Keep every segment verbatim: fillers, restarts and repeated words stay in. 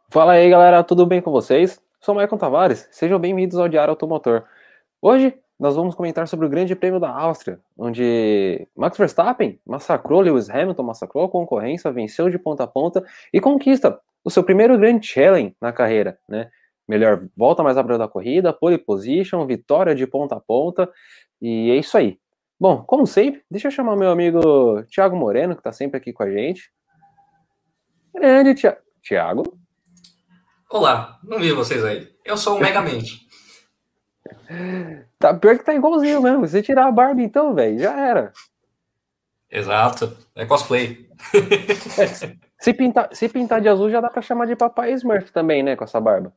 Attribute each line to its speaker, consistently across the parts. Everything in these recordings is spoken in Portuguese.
Speaker 1: Fala aí, galera, tudo bem com vocês? Sou Maicon Tavares, sejam bem-vindos ao Diário Automotor. Hoje nós vamos comentar sobre o Grande Prêmio da Áustria, onde Max Verstappen massacrou Lewis Hamilton, massacrou a concorrência, venceu de ponta a ponta e conquista o seu primeiro Grand Challenge na carreira, né? Melhor volta mais rápida da corrida, pole position, vitória de ponta a ponta, e é isso aí. Bom, como sempre, deixa eu chamar meu amigo Thiago Moreno, que está sempre aqui com a gente. Grande Thiago.
Speaker 2: Olá, não vi vocês aí. Eu sou o Megamente.
Speaker 1: Tá, pior que tá igualzinho mesmo. Se você tirar a barba então, velho, já era.
Speaker 2: Exato, é cosplay.
Speaker 1: É, se, pintar, se pintar de azul já dá pra chamar de Papai Smurf também, né, com essa barba.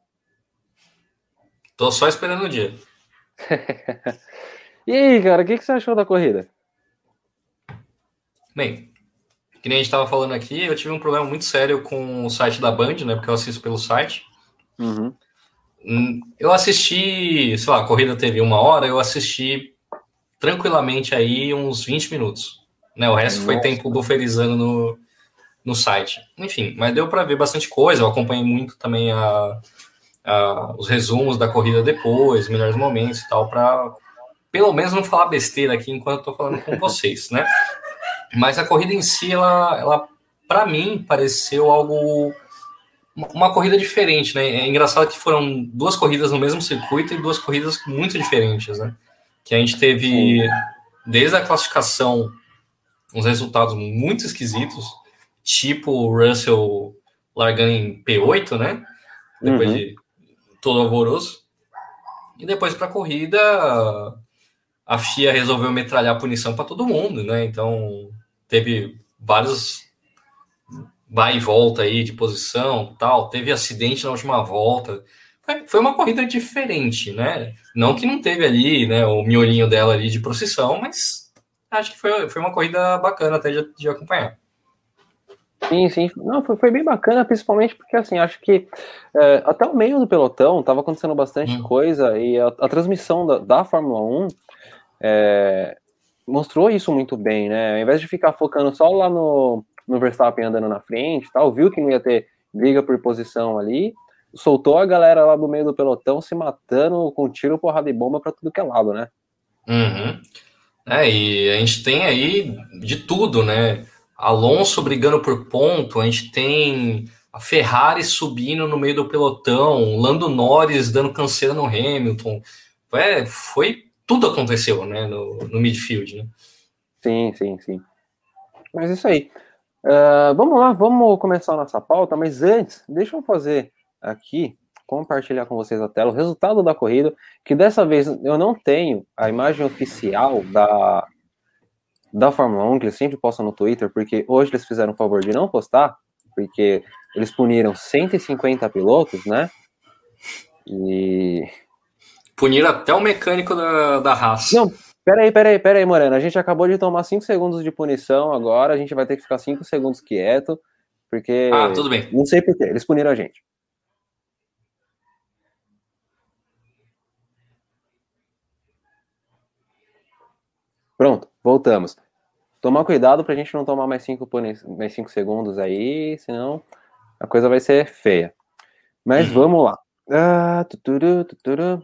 Speaker 2: Tô só esperando o dia.
Speaker 1: E aí, cara, o que, que você achou da corrida?
Speaker 2: Bem, que nem a gente tava falando aqui, eu tive um problema muito sério com o site da Band, né, porque eu assisto pelo site.
Speaker 1: Uhum.
Speaker 2: Eu assisti, sei lá, a corrida teve uma hora, eu assisti tranquilamente aí uns vinte minutos. Né, o resto foi
Speaker 1: Nossa.
Speaker 2: tempo buferizando no, no site. Enfim, mas deu para ver bastante coisa, eu acompanhei muito também a, a, os resumos da corrida depois, melhores momentos e tal, para pelo menos não falar besteira aqui enquanto eu tô falando com vocês, né? Mas a corrida em si, ela, ela para mim, pareceu algo... uma corrida diferente, né? É engraçado que foram duas corridas no mesmo circuito e duas corridas muito diferentes, né? Que a gente teve,
Speaker 1: Sim.
Speaker 2: desde a classificação, uns resultados muito esquisitos, tipo o Russell largando em P oito, né? Depois
Speaker 1: Uhum.
Speaker 2: de todo alvoroço. E depois para a corrida, a F I A resolveu metralhar a punição para todo mundo, né? Então teve vários vai e volta aí de posição, tal. Teve acidente na última volta. Foi uma corrida diferente, né? Não que não teve ali, né, o miolinho dela ali de procissão, mas acho que foi, foi uma corrida bacana até de, de acompanhar.
Speaker 1: Sim, sim. Não, foi, foi bem bacana, principalmente porque, assim, acho que é, até o meio do pelotão tava acontecendo bastante
Speaker 2: Hum.
Speaker 1: coisa e a, a transmissão da, da Fórmula um é, mostrou isso muito bem, né? Ao invés de ficar focando só lá no, no Verstappen andando na frente, tal, viu que não ia ter briga por posição ali, soltou a galera lá do meio do pelotão se matando com tiro, porrada e bomba pra tudo que é lado, né?
Speaker 2: Uhum. É, e a gente tem aí de tudo, né? Alonso brigando por ponto, a gente tem a Ferrari subindo no meio do pelotão, Lando Norris dando canseira no Hamilton. É, foi tudo aconteceu, né, no, no midfield, né?
Speaker 1: Sim, sim, sim. Mas isso aí. Uh, vamos lá, vamos começar a nossa pauta, mas antes, deixa eu fazer aqui, compartilhar com vocês a tela, o resultado da corrida, que dessa vez eu não tenho a imagem oficial da, da Fórmula um, que eles sempre postam no Twitter, porque hoje eles fizeram o favor de não postar, porque eles puniram cento e cinquenta pilotos, né? E...
Speaker 2: Puniram até o mecânico da, da Haas.
Speaker 1: Não, peraí, peraí, peraí, Moreno, a gente acabou de tomar cinco segundos de punição agora, a gente vai ter que ficar cinco segundos quieto,
Speaker 2: Ah,
Speaker 1: porque
Speaker 2: tudo bem.
Speaker 1: não sei porquê, eles puniram a gente. Pronto, voltamos. Tomar cuidado pra gente não tomar mais cinco, mais cinco segundos aí, senão a coisa vai ser feia. Mas
Speaker 2: Uhum.
Speaker 1: vamos lá. Ah, tuturu, tuturu.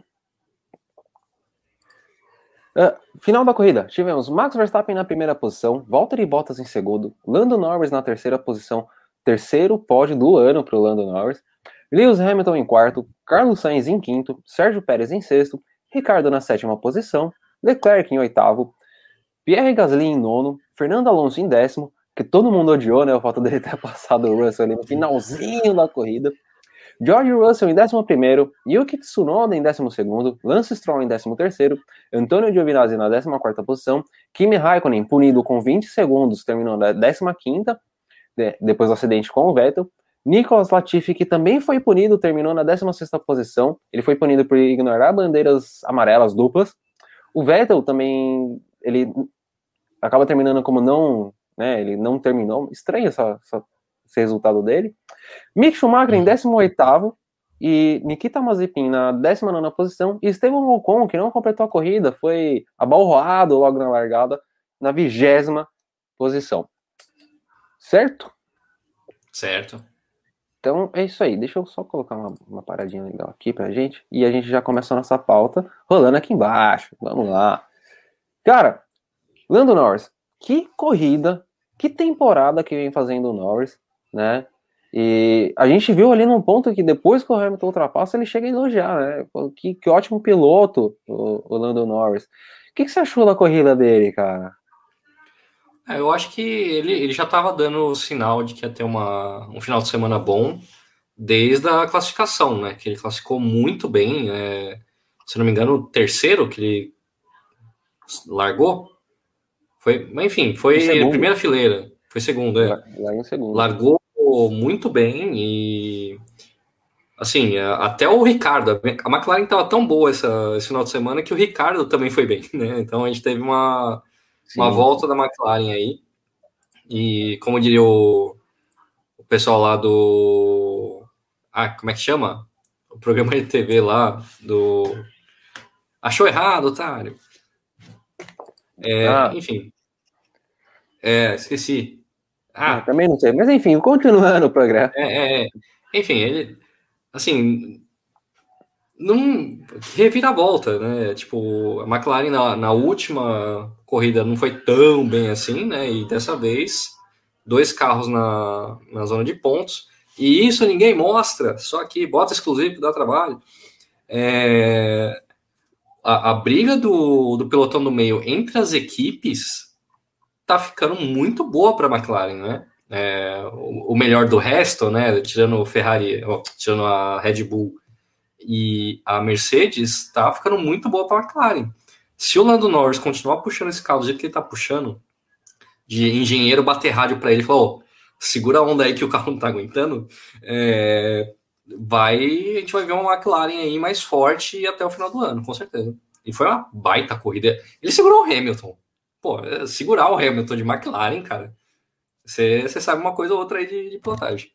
Speaker 1: Ah, final da corrida. Tivemos Max Verstappen na primeira posição, Valtteri Bottas em segundo, Lando Norris na terceira posição, terceiro pódio do ano para o Lando Norris, Lewis Hamilton em quarto, Carlos Sainz em quinto, Sérgio Pérez em sexto, Ricardo na sétima posição, Leclerc em oitavo, Pierre Gasly em nono, Fernando Alonso em décimo, que todo mundo odiou, né, o fato dele ter passado o Russell ali no finalzinho da corrida, George Russell em décimo primeiro, Yuki Tsunoda em décimo segundo, Lance Stroll em décimo terceiro, Antonio Giovinazzi na décima quarta posição, Kimi Raikkonen punido com vinte segundos, terminou na décima quinta, depois do acidente com o Vettel, Nicolas Latifi, que também foi punido, terminou na décima sexta posição, ele foi punido por ignorar bandeiras amarelas duplas, o Vettel também, ele acaba terminando como não, né, ele não terminou, estranho essa, essa, esse resultado dele, Mick Schumacher em décimo oitavo e Nikita Mazepin na décima nona posição e Esteban Ocon, que não completou a corrida, foi abalroado logo na largada na vigésima posição. Certo?
Speaker 2: Certo.
Speaker 1: Então é isso aí. Deixa eu só colocar uma, uma paradinha legal aqui pra gente. E a gente já começa a nossa pauta rolando aqui embaixo. Vamos lá. Cara, Lando Norris, que corrida, que temporada que vem fazendo o Norris, né? E a gente viu ali num ponto que depois que o Hamilton ultrapassa, ele chega a elogiar, né? Que, que ótimo piloto, o, o Lando Norris. O que, que você achou da corrida dele, cara?
Speaker 2: É, eu acho que ele, ele já estava dando sinal de que ia ter uma, um final de semana bom desde a classificação, né? Que ele classificou muito bem. É, se não me engano, o terceiro que ele largou foi, mas enfim, foi a primeira fileira, foi segundo, é.
Speaker 1: Largou em segundo.
Speaker 2: Largou muito bem e assim, até o Ricardo, a McLaren estava tão boa essa, esse final de semana que o Ricardo também foi bem, né? Então a gente teve uma, uma volta da McLaren aí. E como diria o, o pessoal lá do... Ah, como é que chama? O programa de T V lá do... Achou errado, otário. É, ah. Enfim. É, esqueci.
Speaker 1: Ah, também não sei. Mas enfim, continuando o programa.
Speaker 2: É, é, enfim, ele... Assim... Não... Reviravolta, né? Tipo, a McLaren na, na última corrida não foi tão bem assim, né? E dessa vez, dois carros na, na zona de pontos. E isso ninguém mostra, só que bota exclusivo, dá trabalho. É... A, a briga do, do pelotão do meio entre as equipes tá ficando muito boa para a McLaren, né? É, o, o melhor do resto, né? Tirando o Ferrari, ó, tirando a Red Bull e a Mercedes, tá ficando muito boa para a McLaren. Se o Lando Norris continuar puxando esse carro do jeito que ele tá puxando, de engenheiro bater rádio para ele e falar, oh, segura a onda aí que o carro não tá aguentando, é, vai, a gente vai ver uma McLaren aí mais forte até o final do ano, com certeza. E foi uma baita corrida. Ele segurou o Hamilton. Pô, segurar o Hamilton de McLaren, cara, você sabe uma coisa ou outra aí de, de pilotagem.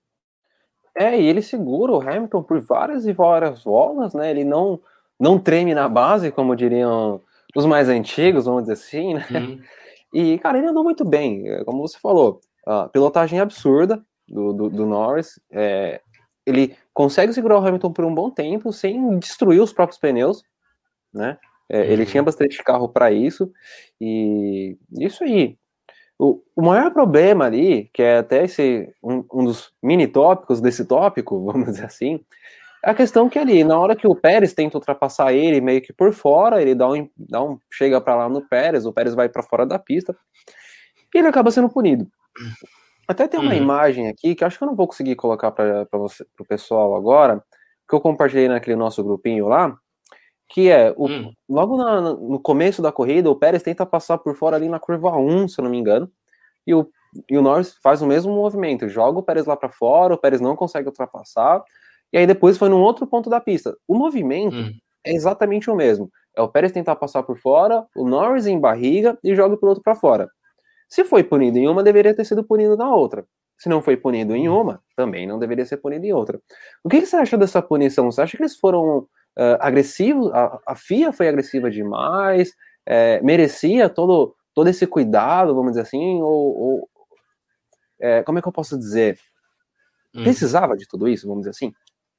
Speaker 1: É, e ele segura o Hamilton por várias e várias voltas, né? Ele não, não treme na base, como diriam os mais antigos, vamos dizer assim, né? Uhum. E, cara, ele andou muito bem, como você falou. A pilotagem absurda do, do, do Norris. É, ele consegue segurar o Hamilton por um bom tempo, sem destruir os próprios pneus, né? É, uhum. Ele tinha bastante carro para isso. E isso aí. O, o maior problema ali, que é até esse um, um dos mini tópicos desse tópico, vamos dizer assim, é a questão que ali, na hora que o Pérez tenta ultrapassar ele meio que por fora, ele dá um, dá um chega para lá no Pérez, o Pérez vai para fora da pista, e ele acaba sendo punido. Até tem uma uhum. imagem aqui, que acho que eu não vou conseguir colocar para você, pro pessoal agora, que eu compartilhei naquele nosso grupinho lá, que é, o, hum. logo na, no começo da corrida, o Pérez tenta passar por fora ali na curva um, se eu não me engano, e o, e o Norris faz o mesmo movimento, joga o Pérez lá para fora, o Pérez não consegue ultrapassar, e aí depois foi num outro ponto da pista. O movimento hum. é exatamente o mesmo, é o Pérez tentar passar por fora, o Norris em barriga e joga o piloto para fora. Se foi punido em uma, deveria ter sido punido na outra. Se não foi punido em uma, também não deveria ser punido em outra. O que, que você acha dessa punição? Você acha que eles foram... Uh, agressivo, a, a F I A foi agressiva demais, é, merecia todo, todo esse cuidado, vamos dizer assim, ou, ou é, como é que eu posso dizer? Hum. Precisava de tudo isso, vamos dizer assim?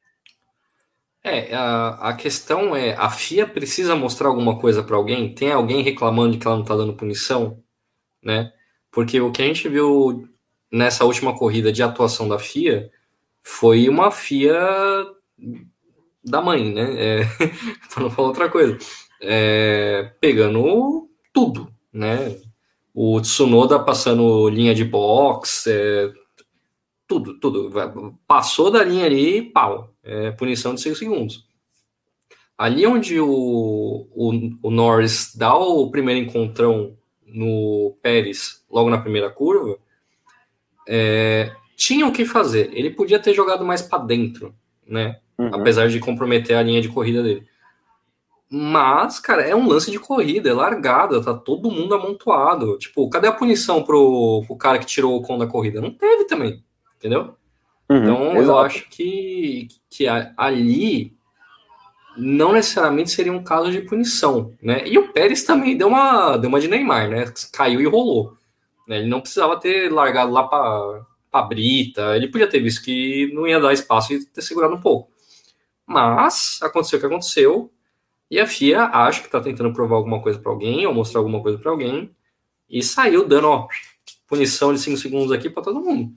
Speaker 2: É, a, a questão é, a F I A precisa mostrar alguma coisa para alguém? Tem alguém reclamando de que ela não está dando punição? Né? Porque o que a gente viu nessa última corrida de atuação da F I A foi uma F I A... da mãe, né? É, para não falar outra coisa. É, pegando tudo, né? O Tsunoda passando linha de box, é, tudo, tudo. Passou da linha ali, pau. É, punição de cinco segundos. Ali onde o, o, o Norris dá o primeiro encontrão no Pérez, logo na primeira curva, é, tinha o que fazer. Ele podia ter jogado mais para dentro, né? Uhum. Apesar de comprometer a linha de corrida dele. Mas, cara, é um lance de corrida, é largada, tá todo mundo amontoado. Tipo, cadê a punição pro, pro cara que tirou o Ocon da corrida? Não teve também, entendeu? Uhum, então, exato. Eu acho que, que ali não necessariamente seria um caso de punição, né? E o Pérez também deu uma, deu uma de Neymar, né? Caiu e rolou. Ele não precisava ter largado lá para pra brita, ele podia ter visto que não ia dar espaço e ter segurado um pouco. Mas aconteceu o que aconteceu, e a F I A acha que tá tentando provar alguma coisa pra alguém, ou mostrar alguma coisa pra alguém, e saiu dando, ó, punição de cinco segundos aqui pra todo mundo.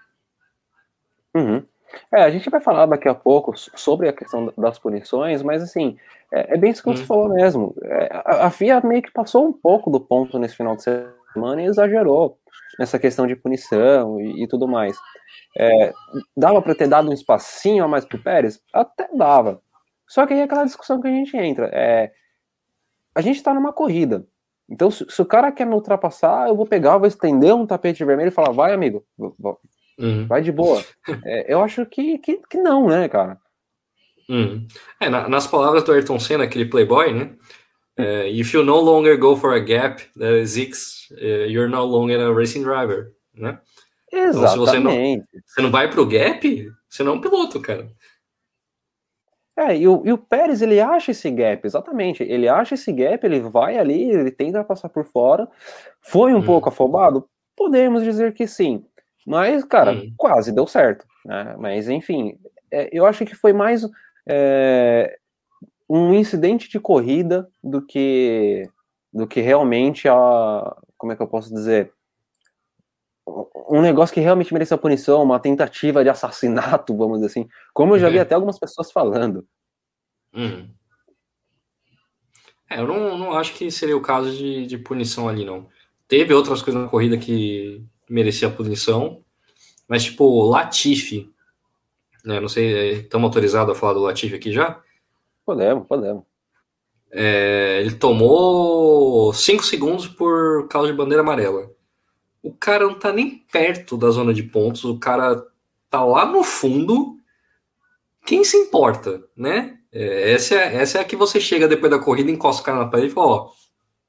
Speaker 1: Uhum. É, a gente vai falar daqui a pouco sobre a questão das punições, mas assim, é, é bem isso que você hum. falou mesmo. É, a, a F I A meio que passou um pouco do ponto nesse final de semana e exagerou nessa questão de punição e, e tudo mais. É, dava para ter dado um espacinho a mais pro Pérez? Até dava. Só que aí é aquela discussão que a gente entra. É, a gente tá numa corrida. Então, se, se o cara quer me ultrapassar, eu vou pegar, vou estender um tapete vermelho e falar, vai, amigo, uhum. vai de boa. É, eu acho que, que, que não, né, cara?
Speaker 2: Uhum. É, na, nas palavras do Ayrton Senna, aquele playboy, né? Uh, if you no longer go for a gap that is X, uh, you're no longer a racing driver, né?
Speaker 1: Exatamente. Então, se
Speaker 2: você não, você não vai pro gap, você não é um piloto, cara.
Speaker 1: É, e o, e o Pérez, ele acha esse gap, exatamente. Ele acha esse gap, ele vai ali, ele tenta passar por fora. Foi um hum. pouco afobado? Podemos dizer que sim. Mas, cara, hum. quase deu certo. Né? Mas, enfim, é, eu acho que foi mais é, um incidente de corrida do que, do que realmente a... Como é que eu posso dizer? Um negócio que realmente merecia punição, uma tentativa de assassinato, vamos dizer assim, como eu já vi até algumas pessoas falando.
Speaker 2: Uhum. É, eu não, não acho que seria o caso de, de punição ali, não. Teve outras coisas na corrida que merecia punição, mas tipo, Latifi, né, não sei, estamos autorizados a falar do Latifi aqui já?
Speaker 1: Podemos, podemos.
Speaker 2: É, ele tomou cinco segundos por causa de bandeira amarela. O cara não tá nem perto da zona de pontos, o cara tá lá no fundo. Quem se importa, né? É, essa, é, essa é a que você chega depois da corrida, encosta o cara na parede e fala, ó,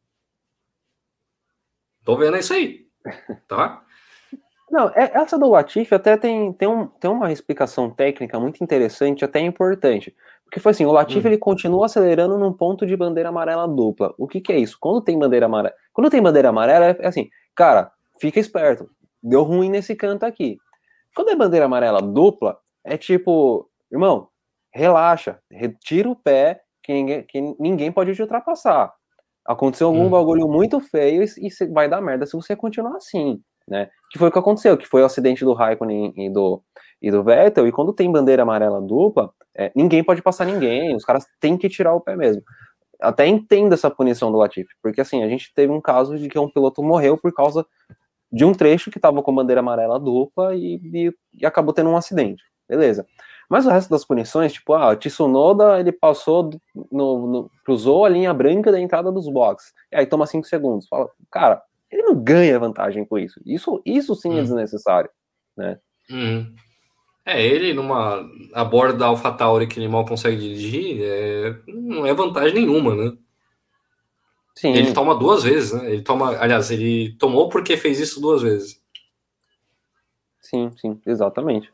Speaker 2: tô vendo isso aí, tá?
Speaker 1: Não, essa do Latifi até tem, tem, um, tem uma explicação técnica muito interessante, até importante. Porque foi assim, o Latifi hum. ele continua acelerando num ponto de bandeira amarela dupla. O que que é isso? Quando tem bandeira amarela, quando tem bandeira amarela é assim, cara, fica esperto, deu ruim nesse canto aqui. Quando é bandeira amarela dupla, é tipo, irmão, relaxa, retira o pé, que ninguém, que ninguém pode te ultrapassar. Aconteceu algum hum. bagulho muito feio e, e vai dar merda se você continuar assim, né? Que foi o que aconteceu, que foi o acidente do Raikkonen e do, e do Vettel, e quando tem bandeira amarela dupla, é, ninguém pode passar ninguém, os caras têm que tirar o pé mesmo. Até entendo essa punição do Latifi, porque assim, a gente teve um caso de que um piloto morreu por causa de um trecho que estava com bandeira amarela dupla e, e, e acabou tendo um acidente. Beleza. Mas o resto das punições, tipo, ah, o Tsunoda, ele passou, no, no, cruzou a linha branca da entrada dos boxes, e aí toma cinco segundos. Fala, cara, ele não ganha vantagem com isso. Isso, isso sim hum. é desnecessário, né?
Speaker 2: Hum. É, ele numa a borda da AlphaTauri que ele mal consegue dirigir, é, não é vantagem nenhuma, né? Sim. Ele toma duas vezes, né? Ele toma, aliás, ele tomou porque fez isso duas vezes.
Speaker 1: Sim, sim, exatamente.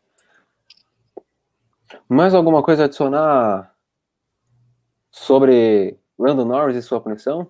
Speaker 1: Mais alguma coisa a adicionar sobre Lando Norris e sua punição?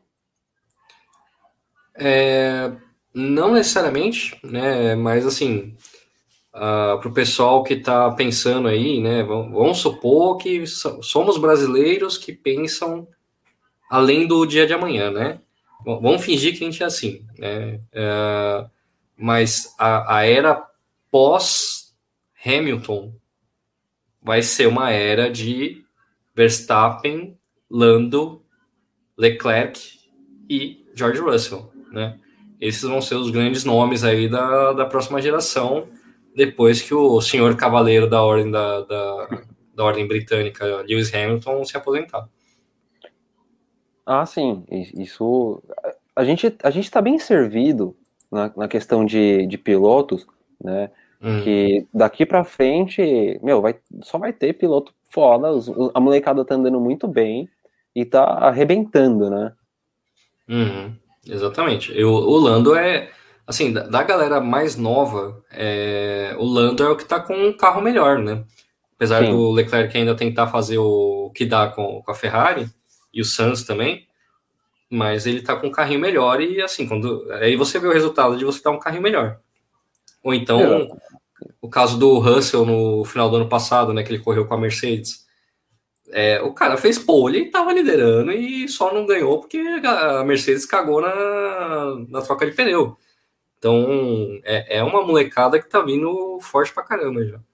Speaker 2: É, não necessariamente, né? Mas assim, uh, para o pessoal que está pensando aí, né? Vamos, vamos supor que somos brasileiros que pensam além do dia de amanhã, né? Bom, vamos fingir que a gente é assim, né? Uh, mas a, a era pós-Hamilton vai ser uma era de Verstappen, Lando, Leclerc e George Russell, né? Esses vão ser os grandes nomes aí da, da próxima geração, depois que o senhor cavaleiro da ordem da, da, da ordem britânica, Lewis Hamilton, se aposentar.
Speaker 1: Ah, sim, isso... A gente a gente está bem servido na, na questão de, de pilotos, né? Hum. Que daqui pra frente, meu, vai, só vai ter piloto foda, os, a molecada tá andando muito bem e tá arrebentando, né?
Speaker 2: Uhum, exatamente. Eu, o Lando é, assim, da, da galera mais nova, é, o Lando é o que tá com um carro melhor, né? Apesar Sim. do Leclerc ainda tentar fazer o que dá com, com a Ferrari, e o Sainz também, mas ele tá com um carrinho melhor e, assim, quando aí você vê o resultado de você dar um carrinho melhor. Ou então, o caso do Russell no final do ano passado, né, que ele correu com a Mercedes. É, o cara fez pole e estava liderando e só não ganhou porque a Mercedes cagou na, na troca de pneu. Então, é, é uma molecada que tá vindo forte pra caramba já.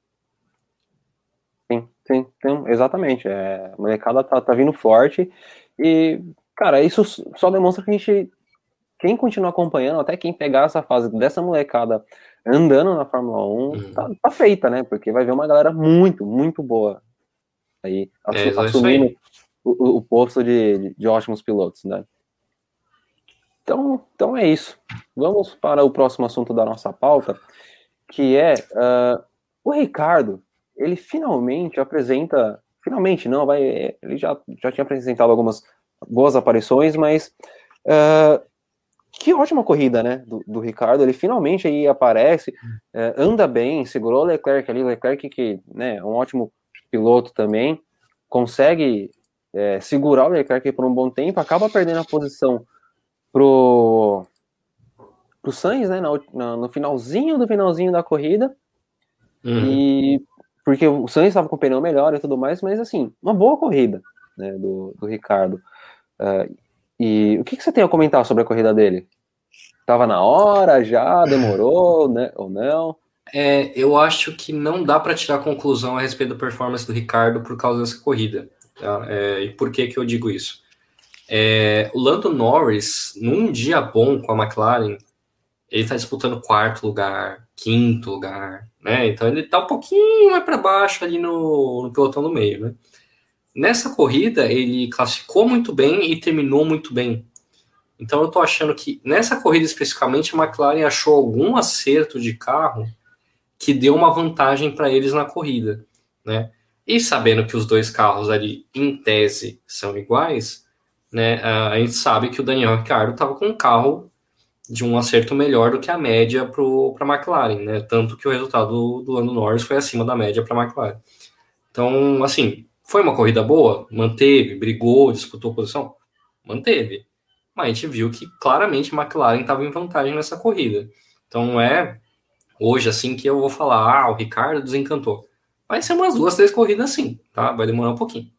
Speaker 1: Sim, sim, sim, exatamente. É, a molecada tá, tá vindo forte e, cara, isso só demonstra que a gente, quem continuar acompanhando, até quem pegar essa fase dessa molecada andando na Fórmula um, uhum. tá, tá feita, né? Porque vai ver uma galera muito, muito boa aí, assu é, assumindo aí. O, o posto de, de, de ótimos pilotos, né? Então, então é isso. Vamos para o próximo assunto da nossa pauta, que é uh, o Ricardo. Ele finalmente apresenta, finalmente não, vai, ele já, já tinha apresentado algumas boas aparições, mas uh, que ótima corrida, né, do, do Ricardo. Ele finalmente aí aparece, uh, anda bem, segurou o Leclerc ali, Leclerc que, né, é um ótimo piloto também, consegue uh, segurar o Leclerc por um bom tempo, acaba perdendo a posição pro, pro Sainz, né, no, no finalzinho do finalzinho da corrida, uhum. e porque o Sainz estava com o pneu melhor e tudo mais, mas assim, uma boa corrida, né, do, do Ricardo. Uh, e o que, que você tem a comentar sobre a corrida dele? Tava na hora, já, demorou, né, ou não?
Speaker 2: É, eu acho que não dá para tirar conclusão a respeito da performance do Ricardo por causa dessa corrida. Tá? É, e por que que eu digo isso? É, o Lando Norris, num dia bom com a McLaren, ele está disputando quarto lugar, quinto lugar, né? Então ele está um pouquinho mais para baixo ali no, no pelotão do meio, né? Nessa corrida, ele classificou muito bem e terminou muito bem. Então eu tô achando que nessa corrida especificamente a McLaren achou algum acerto de carro que deu uma vantagem para eles na corrida, né? E sabendo que os dois carros ali, em tese, são iguais, né? A gente sabe que o Daniel Ricciardo estava com um carro de um acerto melhor do que a média para a McLaren, né? Tanto que o resultado do, do Lando Norris foi acima da média para a McLaren. Então, assim, foi uma corrida boa? Manteve, brigou, disputou posição? Manteve. Mas a gente viu que claramente a McLaren estava em vantagem nessa corrida. Então não é hoje assim que eu vou falar, ah, o Ricardo desencantou. Vai ser umas duas, três corridas sim, tá? Vai demorar um pouquinho.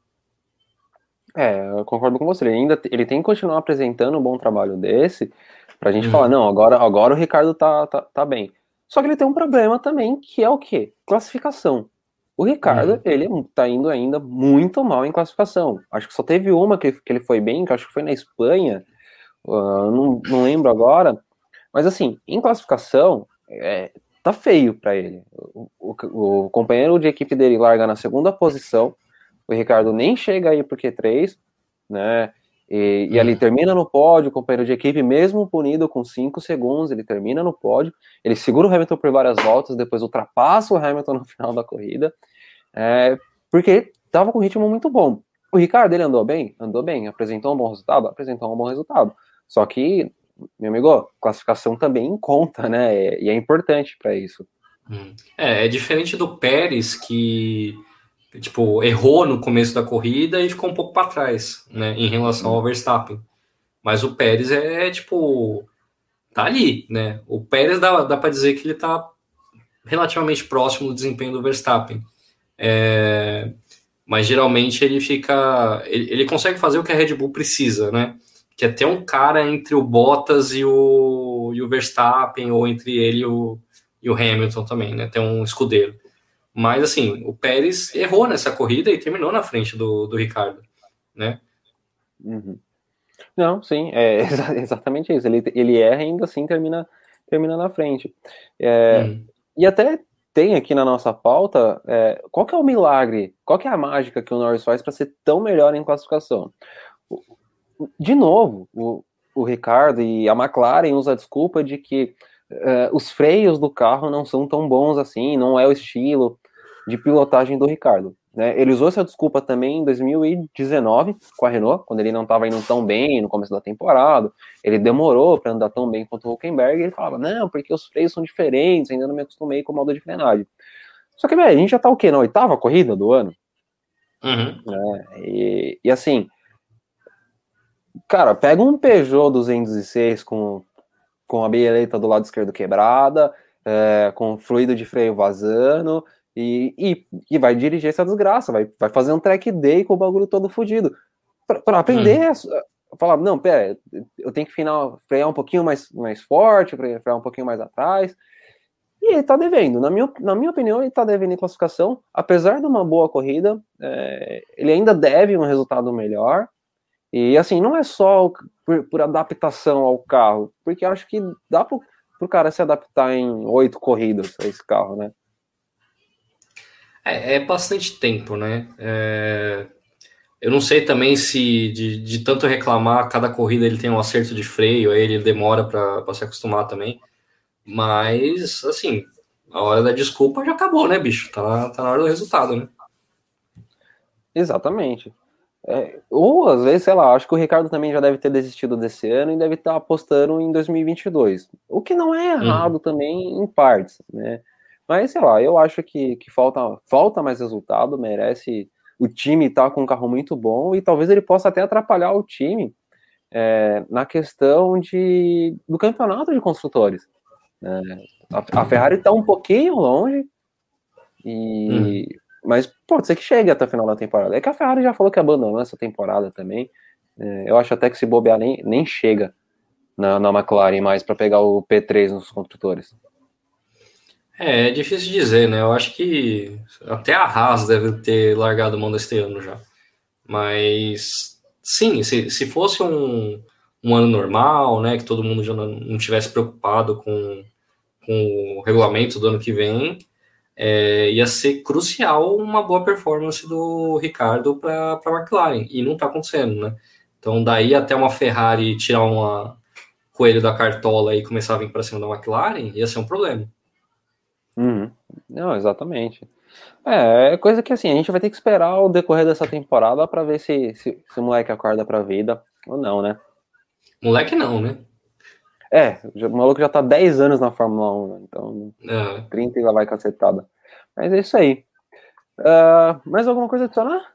Speaker 1: É, eu concordo com você. Ele ainda ele tem que continuar apresentando um bom trabalho desse pra gente hum. falar, não, agora, agora o Ricardo tá, tá, tá bem. Só que ele tem um problema também, que é o quê? Classificação. O Ricardo, uhum. ele tá indo ainda muito mal em classificação. Acho que só teve uma que, que ele foi bem, que acho que foi na Espanha, uh, não, não lembro agora. Mas assim, em classificação, é, tá feio para ele. O, o, o companheiro de equipe dele larga na segunda posição, o Ricardo nem chega aí pro Q três, né? E, e ali termina no pódio, o companheiro de equipe, mesmo punido com cinco segundos, ele termina no pódio, ele segura o Hamilton por várias voltas, depois ultrapassa o Hamilton no final da corrida, é, porque ele tava com um ritmo muito bom. O Ricardo, ele andou bem? Andou bem. Apresentou um bom resultado? Apresentou um bom resultado. Só que, meu amigo, classificação também conta, né? E é importante para isso.
Speaker 2: É, é diferente do Pérez, que tipo, errou no começo da corrida e ficou um pouco para trás, né, em relação ao Verstappen. Mas o Pérez é, tipo, tá ali, né? O Pérez dá, dá para dizer que ele tá relativamente próximo do desempenho do Verstappen. É, mas geralmente ele fica... Ele, ele consegue fazer o que a Red Bull precisa, né? Que é ter um cara entre o Bottas e o, e o Verstappen, ou entre ele e o, e o Hamilton também, né? Ter um escudeiro. Mas, assim, o Pérez errou nessa corrida e terminou na frente do, do Ricardo, né?
Speaker 1: Uhum. Não, sim, é exatamente isso. Ele, ele erra e ainda assim termina, termina na frente. É, hum. E até tem aqui na nossa pauta, é, qual que é o milagre, qual que é a mágica que o Norris faz para ser tão melhor em classificação? De novo, o, o Ricardo e a McLaren usam a desculpa de que uh, os freios do carro não são tão bons assim, não é o estilo de pilotagem do Ricardo. Né? Ele usou essa desculpa também em dois mil e dezenove com a Renault, quando ele não estava indo tão bem no começo da temporada, ele demorou para andar tão bem quanto o Hülkenberg, e ele falava, não, porque os freios são diferentes, ainda não me acostumei com o modo de frenagem. Só que, velho, a gente já tá o quê? Na oitava corrida do ano?
Speaker 2: Uhum.
Speaker 1: Né? E, e assim, cara, pega um Peugeot duzentos e seis com, com a bieleta do lado esquerdo quebrada, é, com fluido de freio vazando, e, e, e vai dirigir essa desgraça, vai, vai fazer um track day com o bagulho todo fodido. Para aprender, hum. falar, não, pera, eu tenho que final, frear um pouquinho mais, mais forte, frear um pouquinho mais atrás. E ele tá devendo. Na minha, na minha opinião, ele tá devendo em classificação. Apesar de uma boa corrida, é, ele ainda deve um resultado melhor. E assim, não é só por, por adaptação ao carro, porque eu acho que dá pro, pro cara se adaptar em oito corridas a esse carro, né?
Speaker 2: É, é bastante tempo, né? É... Eu não sei também se de, de tanto reclamar, cada corrida ele tem um acerto de freio, aí ele demora para se acostumar também. Mas, assim, a hora da desculpa já acabou, né, bicho? Tá, tá na hora do resultado, né?
Speaker 1: Exatamente. É, ou, às vezes, sei lá, acho que o Ricardo também já deve ter desistido desse ano e deve estar apostando em dois mil e vinte e dois. O que não é errado uhum. também, em partes, né? Mas, sei lá, eu acho que, que falta, falta mais resultado, merece... O time tá com um carro muito bom e talvez ele possa até atrapalhar o time é, na questão de, do campeonato de construtores. É, a, a Ferrari está um pouquinho longe, e, hum. mas pode ser que chegue até o final da temporada. É que a Ferrari já falou que abandonou essa temporada também. É, eu acho até que se bobear nem, nem chega na, na McLaren mais para pegar o P três nos construtores.
Speaker 2: É, é difícil dizer, né? Eu acho que até a Haas deve ter largado a mão deste ano já. Mas, sim, se, se fosse um, um ano normal, né? Que todo mundo já não, não tivesse preocupado com, com o regulamento do ano que vem, é, ia ser crucial uma boa performance do Ricardo para a McLaren. E não está acontecendo, né? Então, daí até uma Ferrari tirar uma coelho da cartola e começar a vir para cima da McLaren, ia ser um problema.
Speaker 1: Uhum. Não, exatamente. É, é coisa que assim, a gente vai ter que esperar o decorrer dessa temporada para ver se, se, se o moleque acorda pra vida ou não, né?
Speaker 2: Moleque não, né?
Speaker 1: É, o maluco já tá dez anos na Fórmula um, né? Então é. trinta e lá vai cacetada. Mas é isso aí. Uh, mais alguma coisa a adicionar?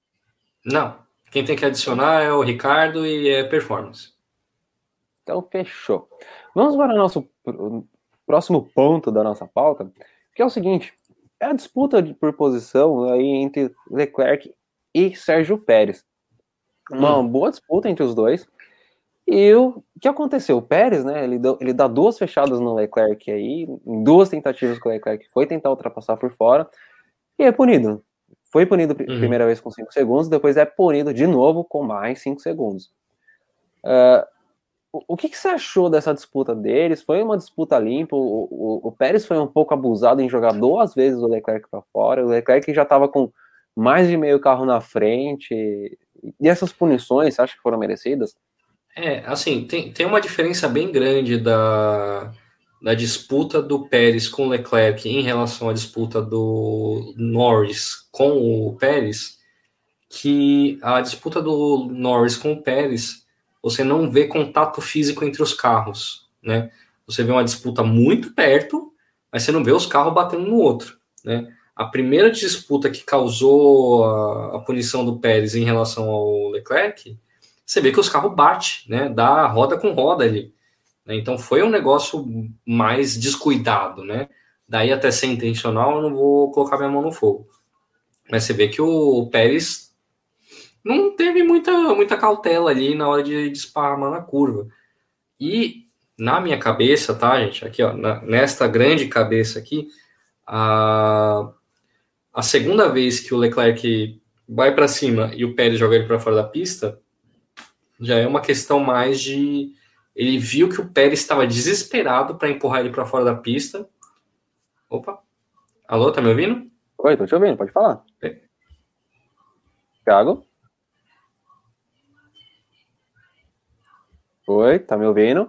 Speaker 2: Não. Quem tem que adicionar é o Ricardo e é performance.
Speaker 1: Então fechou. Vamos para o nosso próximo ponto da nossa pauta, que é o seguinte: é a disputa de, por posição aí entre Leclerc e Sérgio Pérez. Uma hum. boa disputa entre os dois. E o que aconteceu? O Pérez, né, ele, deu, ele dá duas fechadas no Leclerc aí, em duas tentativas que o Leclerc foi tentar ultrapassar por fora, e é punido. Foi punido uhum. primeira vez com cinco segundos, depois é punido de novo com mais cinco segundos. Uh, o, o que, que você achou dessa disputa deles? Foi uma disputa limpa? O, o, o Pérez foi um pouco abusado em jogar duas vezes o Leclerc para fora, o Leclerc já estava com mais de meio carro na frente, e essas punições, você acha que foram merecidas?
Speaker 2: É, assim, tem, tem uma diferença bem grande da, da disputa do Pérez com o Leclerc em relação à disputa do Norris com o Pérez, que a disputa do Norris com o Pérez, você não vê contato físico entre os carros, né? Você vê uma disputa muito perto, mas você não vê os carros batendo no outro, né? A primeira disputa que causou a, a punição do Pérez em relação ao Leclerc, você vê que os carros batem, né? Dá roda com roda ali. Né? Então foi um negócio mais descuidado, né? Daí até ser intencional, eu não vou colocar minha mão no fogo. Mas você vê que o Pérez não teve muita, muita cautela ali na hora de desparramar na curva. E na minha cabeça, tá, gente? Aqui, ó, na, nesta grande cabeça aqui, a, a segunda vez que o Leclerc vai para cima e o Pérez joga ele para fora da pista, já é uma questão mais de... Ele viu que o Pérez estava desesperado para empurrar ele para fora da pista. Opa. Alô, tá me ouvindo?
Speaker 1: Oi, tô te ouvindo, pode falar. É. Thiago? Oi, tá me ouvindo?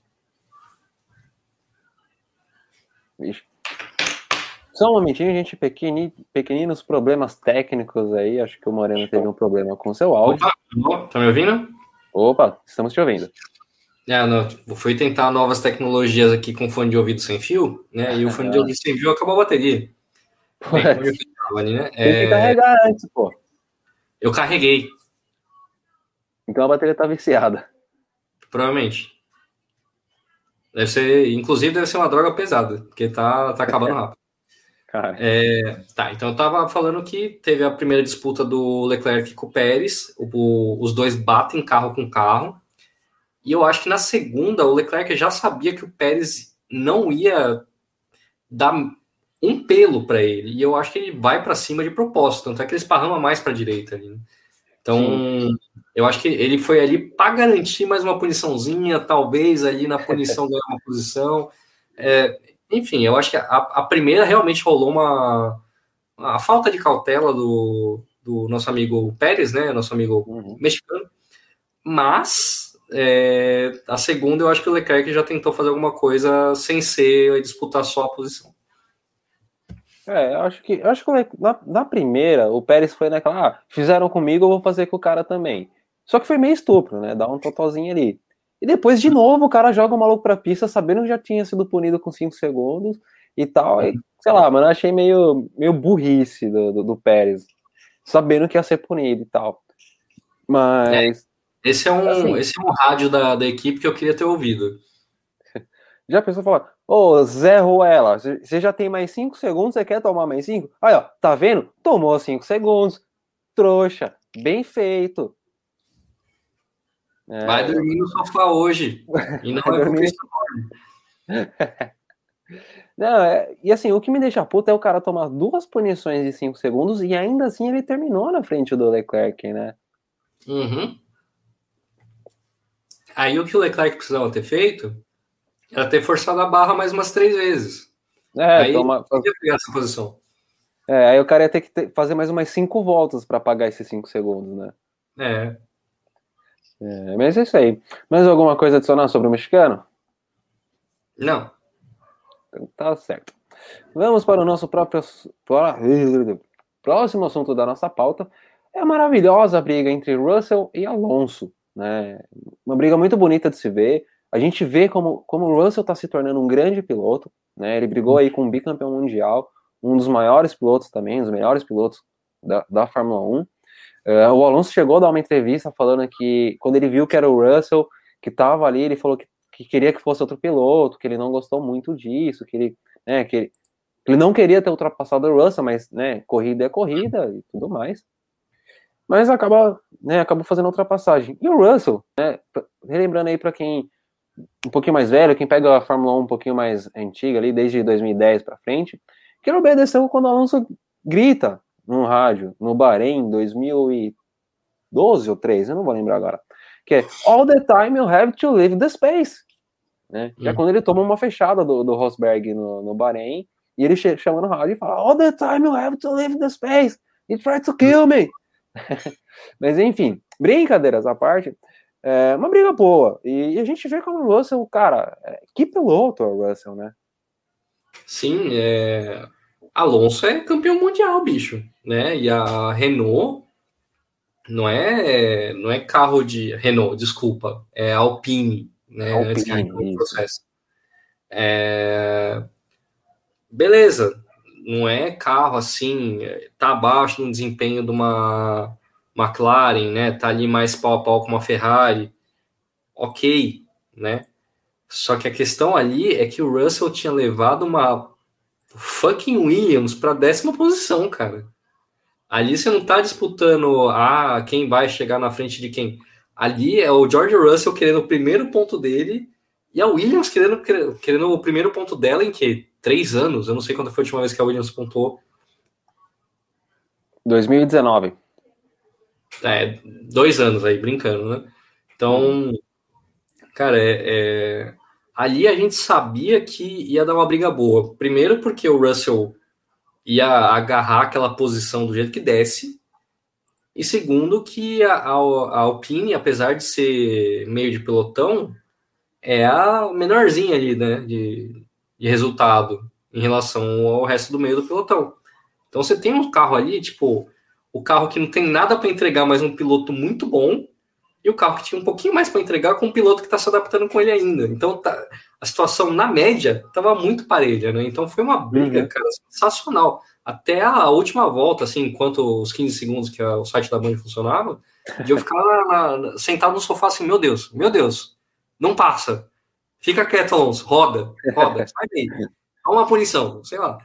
Speaker 1: Ixi. Só um momentinho, gente, pequeni, pequeninos problemas técnicos aí. Acho que o Moreno teve um problema com o seu áudio.
Speaker 2: Opa, tá me ouvindo?
Speaker 1: Opa, estamos te ouvindo.
Speaker 2: É, não, fui tentar novas tecnologias aqui com fone de ouvido sem fio, né? E o fone ah. de ouvido sem fio acabou a bateria. Bem, como eu ficava ali, né?
Speaker 1: Tem que é... carregar antes, pô.
Speaker 2: Eu carreguei.
Speaker 1: Então a bateria tá viciada.
Speaker 2: Provavelmente. Deve ser, inclusive, deve ser uma droga pesada, porque tá, tá acabando rápido.
Speaker 1: Cara.
Speaker 2: É, tá, então eu tava falando que teve a primeira disputa do Leclerc com o Pérez, o, os dois batem carro com carro, e eu acho que na segunda o Leclerc já sabia que o Pérez não ia dar um pelo para ele, e eu acho que ele vai para cima de propósito, tanto é que ele esparrama mais para a direita ali, né? Então, Sim. eu acho que ele foi ali para garantir mais uma puniçãozinha, talvez ali na punição ganhar uma posição. É, enfim, eu acho que a, a primeira realmente rolou uma a falta de cautela do, do nosso amigo Pérez, né? Nosso amigo uhum. mexicano. Mas é, a segunda eu acho que o Leclerc já tentou fazer alguma coisa sem ser disputar só a posição.
Speaker 1: É, eu acho que, eu acho que na, na primeira, o Pérez foi naquela, ah, fizeram comigo, eu vou fazer com o cara também. Só que foi meio estupro, né? Dá um totalzinho ali. E depois, de novo, o cara joga o maluco pra pista, sabendo que já tinha sido punido com cinco segundos e tal. E, sei lá, mano, eu achei meio, meio burrice do, do, do Pérez, sabendo que ia ser punido e tal. Mas.
Speaker 2: É, esse, é um, assim, esse é um rádio da, da equipe que eu queria ter ouvido.
Speaker 1: Já pensou falar, ô Zé Ruela, você já tem mais cinco segundos, você quer tomar mais cinco? Aí, ó, tá vendo? Tomou cinco segundos. Trouxa, bem feito.
Speaker 2: É... Vai dormir no sofá hoje. E não Vai é porque
Speaker 1: Não, é... E assim, o que me deixa puto é o cara tomar duas punições de cinco segundos e ainda assim ele terminou na frente do Leclerc, né?
Speaker 2: Uhum. Aí o que o Leclerc precisava ter feito era ter forçado a barra mais umas três vezes.
Speaker 1: É,
Speaker 2: aí
Speaker 1: toma...
Speaker 2: ele ia pegar essa posição.
Speaker 1: É, aí o cara ia ter que ter, fazer mais umas cinco voltas para pagar esses cinco segundos, né?
Speaker 2: É.
Speaker 1: é. Mas é isso aí. Mais alguma coisa a adicionar sobre o mexicano?
Speaker 2: Não.
Speaker 1: Então, tá certo. Vamos para o nosso próprio próximo assunto da nossa pauta. É a maravilhosa briga entre Russell e Alonso, né? Uma briga muito bonita de se ver. A gente vê como, como o Russell está se tornando um grande piloto, né? Ele brigou aí com um bicampeão mundial, um dos maiores pilotos também, um dos melhores pilotos da, da Fórmula um. Uh, o Alonso chegou a dar uma entrevista falando que quando ele viu que era o Russell que estava ali, ele falou que, que queria que fosse outro piloto, que ele não gostou muito disso, que ele, né, que ele, ele não queria ter ultrapassado o Russell, mas, né, corrida é corrida e tudo mais. Mas acaba, né, acabou fazendo a ultrapassagem. E o Russell, né, relembrando aí para quem um pouquinho mais velho, quem pega a Fórmula um um pouquinho mais antiga ali, desde dois mil e dez para frente, que ele obedeceu quando o Alonso grita no rádio, no Bahrein, em dois mil e doze ou treze, eu não vou lembrar agora, que é all the time you have to leave the space, né? Hum. Já quando ele toma uma fechada do, do Rosberg no, no Bahrein, e ele chama no rádio e fala all the time you have to leave the space, he tried to kill me. Mas enfim, brincadeiras à parte, é uma briga boa, e, e a gente vê como o Russell, cara, é, que piloto é o Russell, né?
Speaker 2: Sim, é... Alonso é campeão mundial, bicho, né? E a Renault não é, não é carro de Renault, desculpa, é Alpine, né?
Speaker 1: Alpine,
Speaker 2: antes que a Renault processo. É... Beleza, não é carro assim, tá abaixo no desempenho de uma McLaren, né? Tá ali mais pau a pau com uma Ferrari, ok, né? Só que a questão ali é que o Russell tinha levado uma fucking Williams para décima posição, cara. Ali você não tá disputando ah, quem vai chegar na frente de quem. Ali é o George Russell querendo o primeiro ponto dele e a Williams querendo, querendo o primeiro ponto dela em que? Três anos? Eu não sei quando foi a última vez que a Williams pontuou.
Speaker 1: dois mil e dezenove.
Speaker 2: É, dois anos aí, brincando, né? Então, cara, é, é... ali a gente sabia que ia dar uma briga boa. Primeiro porque o Russell ia agarrar aquela posição do jeito que desce. E segundo que a, a, a Alpine, apesar de ser meio de pelotão, é a menorzinha ali, né, de, de resultado em relação ao resto do meio do pelotão. Então você tem um carro ali, tipo, o carro que não tem nada para entregar, mas um piloto muito bom, e o carro que tinha um pouquinho mais para entregar com um piloto que está se adaptando com ele ainda. Então tá, a situação, na média, estava muito parelha, né? Então foi uma briga, uhum. cara, sensacional. Até a última volta, assim, enquanto os quinze segundos que o site da Band funcionava, de eu ficar na, na, sentado no sofá assim, meu Deus, meu Deus, não passa. Fica quieto, Alonso. Roda, roda. Sai daí. Dá uma punição, sei lá.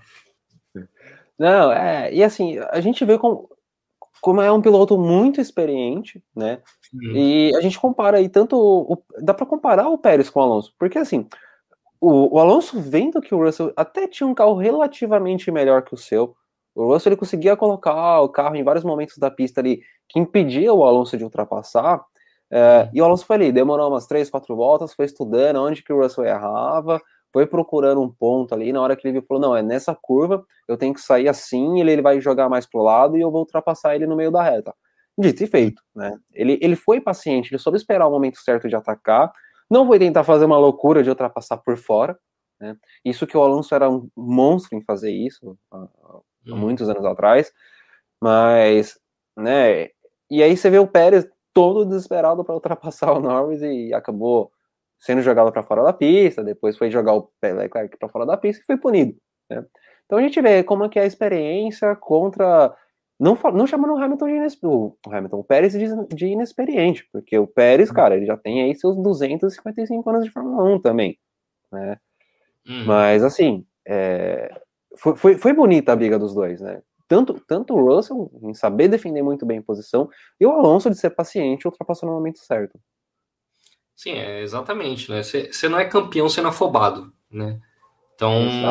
Speaker 1: Não, é... E assim, a gente vê como, como é um piloto muito experiente, né? Hum. E a gente compara aí tanto... O, dá para comparar o Pérez com o Alonso. Porque assim, o, o Alonso vendo que o Russell até tinha um carro relativamente melhor que o seu. O Russell ele conseguia colocar o carro em vários momentos da pista ali que impedia o Alonso de ultrapassar. É, e o Alonso foi ali, demorou umas três, quatro voltas, foi estudando onde que o Russell errava, foi procurando um ponto ali, na hora que ele falou, não, é nessa curva, eu tenho que sair assim, ele, ele vai jogar mais pro lado e eu vou ultrapassar ele no meio da reta. Dito e feito, né? Ele, ele foi paciente, ele soube esperar o momento certo de atacar, não foi tentar fazer uma loucura de ultrapassar por fora, né? Isso que o Alonso era um monstro em fazer isso, há, há muitos anos atrás, mas, né, e aí você vê o Pérez todo desesperado para ultrapassar o Norris e acabou sendo jogado para fora da pista, depois foi jogar o Leclerc para fora da pista e foi punido, né? Então a gente vê como é que é a experiência contra... Não, não chamando o Hamilton de inexperiente, o Hamilton, o Pérez de, de inexperiente, porque o Pérez, cara, ele já tem aí seus duzentos e cinquenta e cinco anos de Fórmula um também, né? Hum. Mas assim, é, foi, foi, foi bonita a briga dos dois, né? Tanto, tanto o Russell em saber defender muito bem a posição e o Alonso de ser paciente e ultrapassar no momento certo.
Speaker 2: Sim, é, exatamente, né? Você não é campeão sendo afobado, né? Então,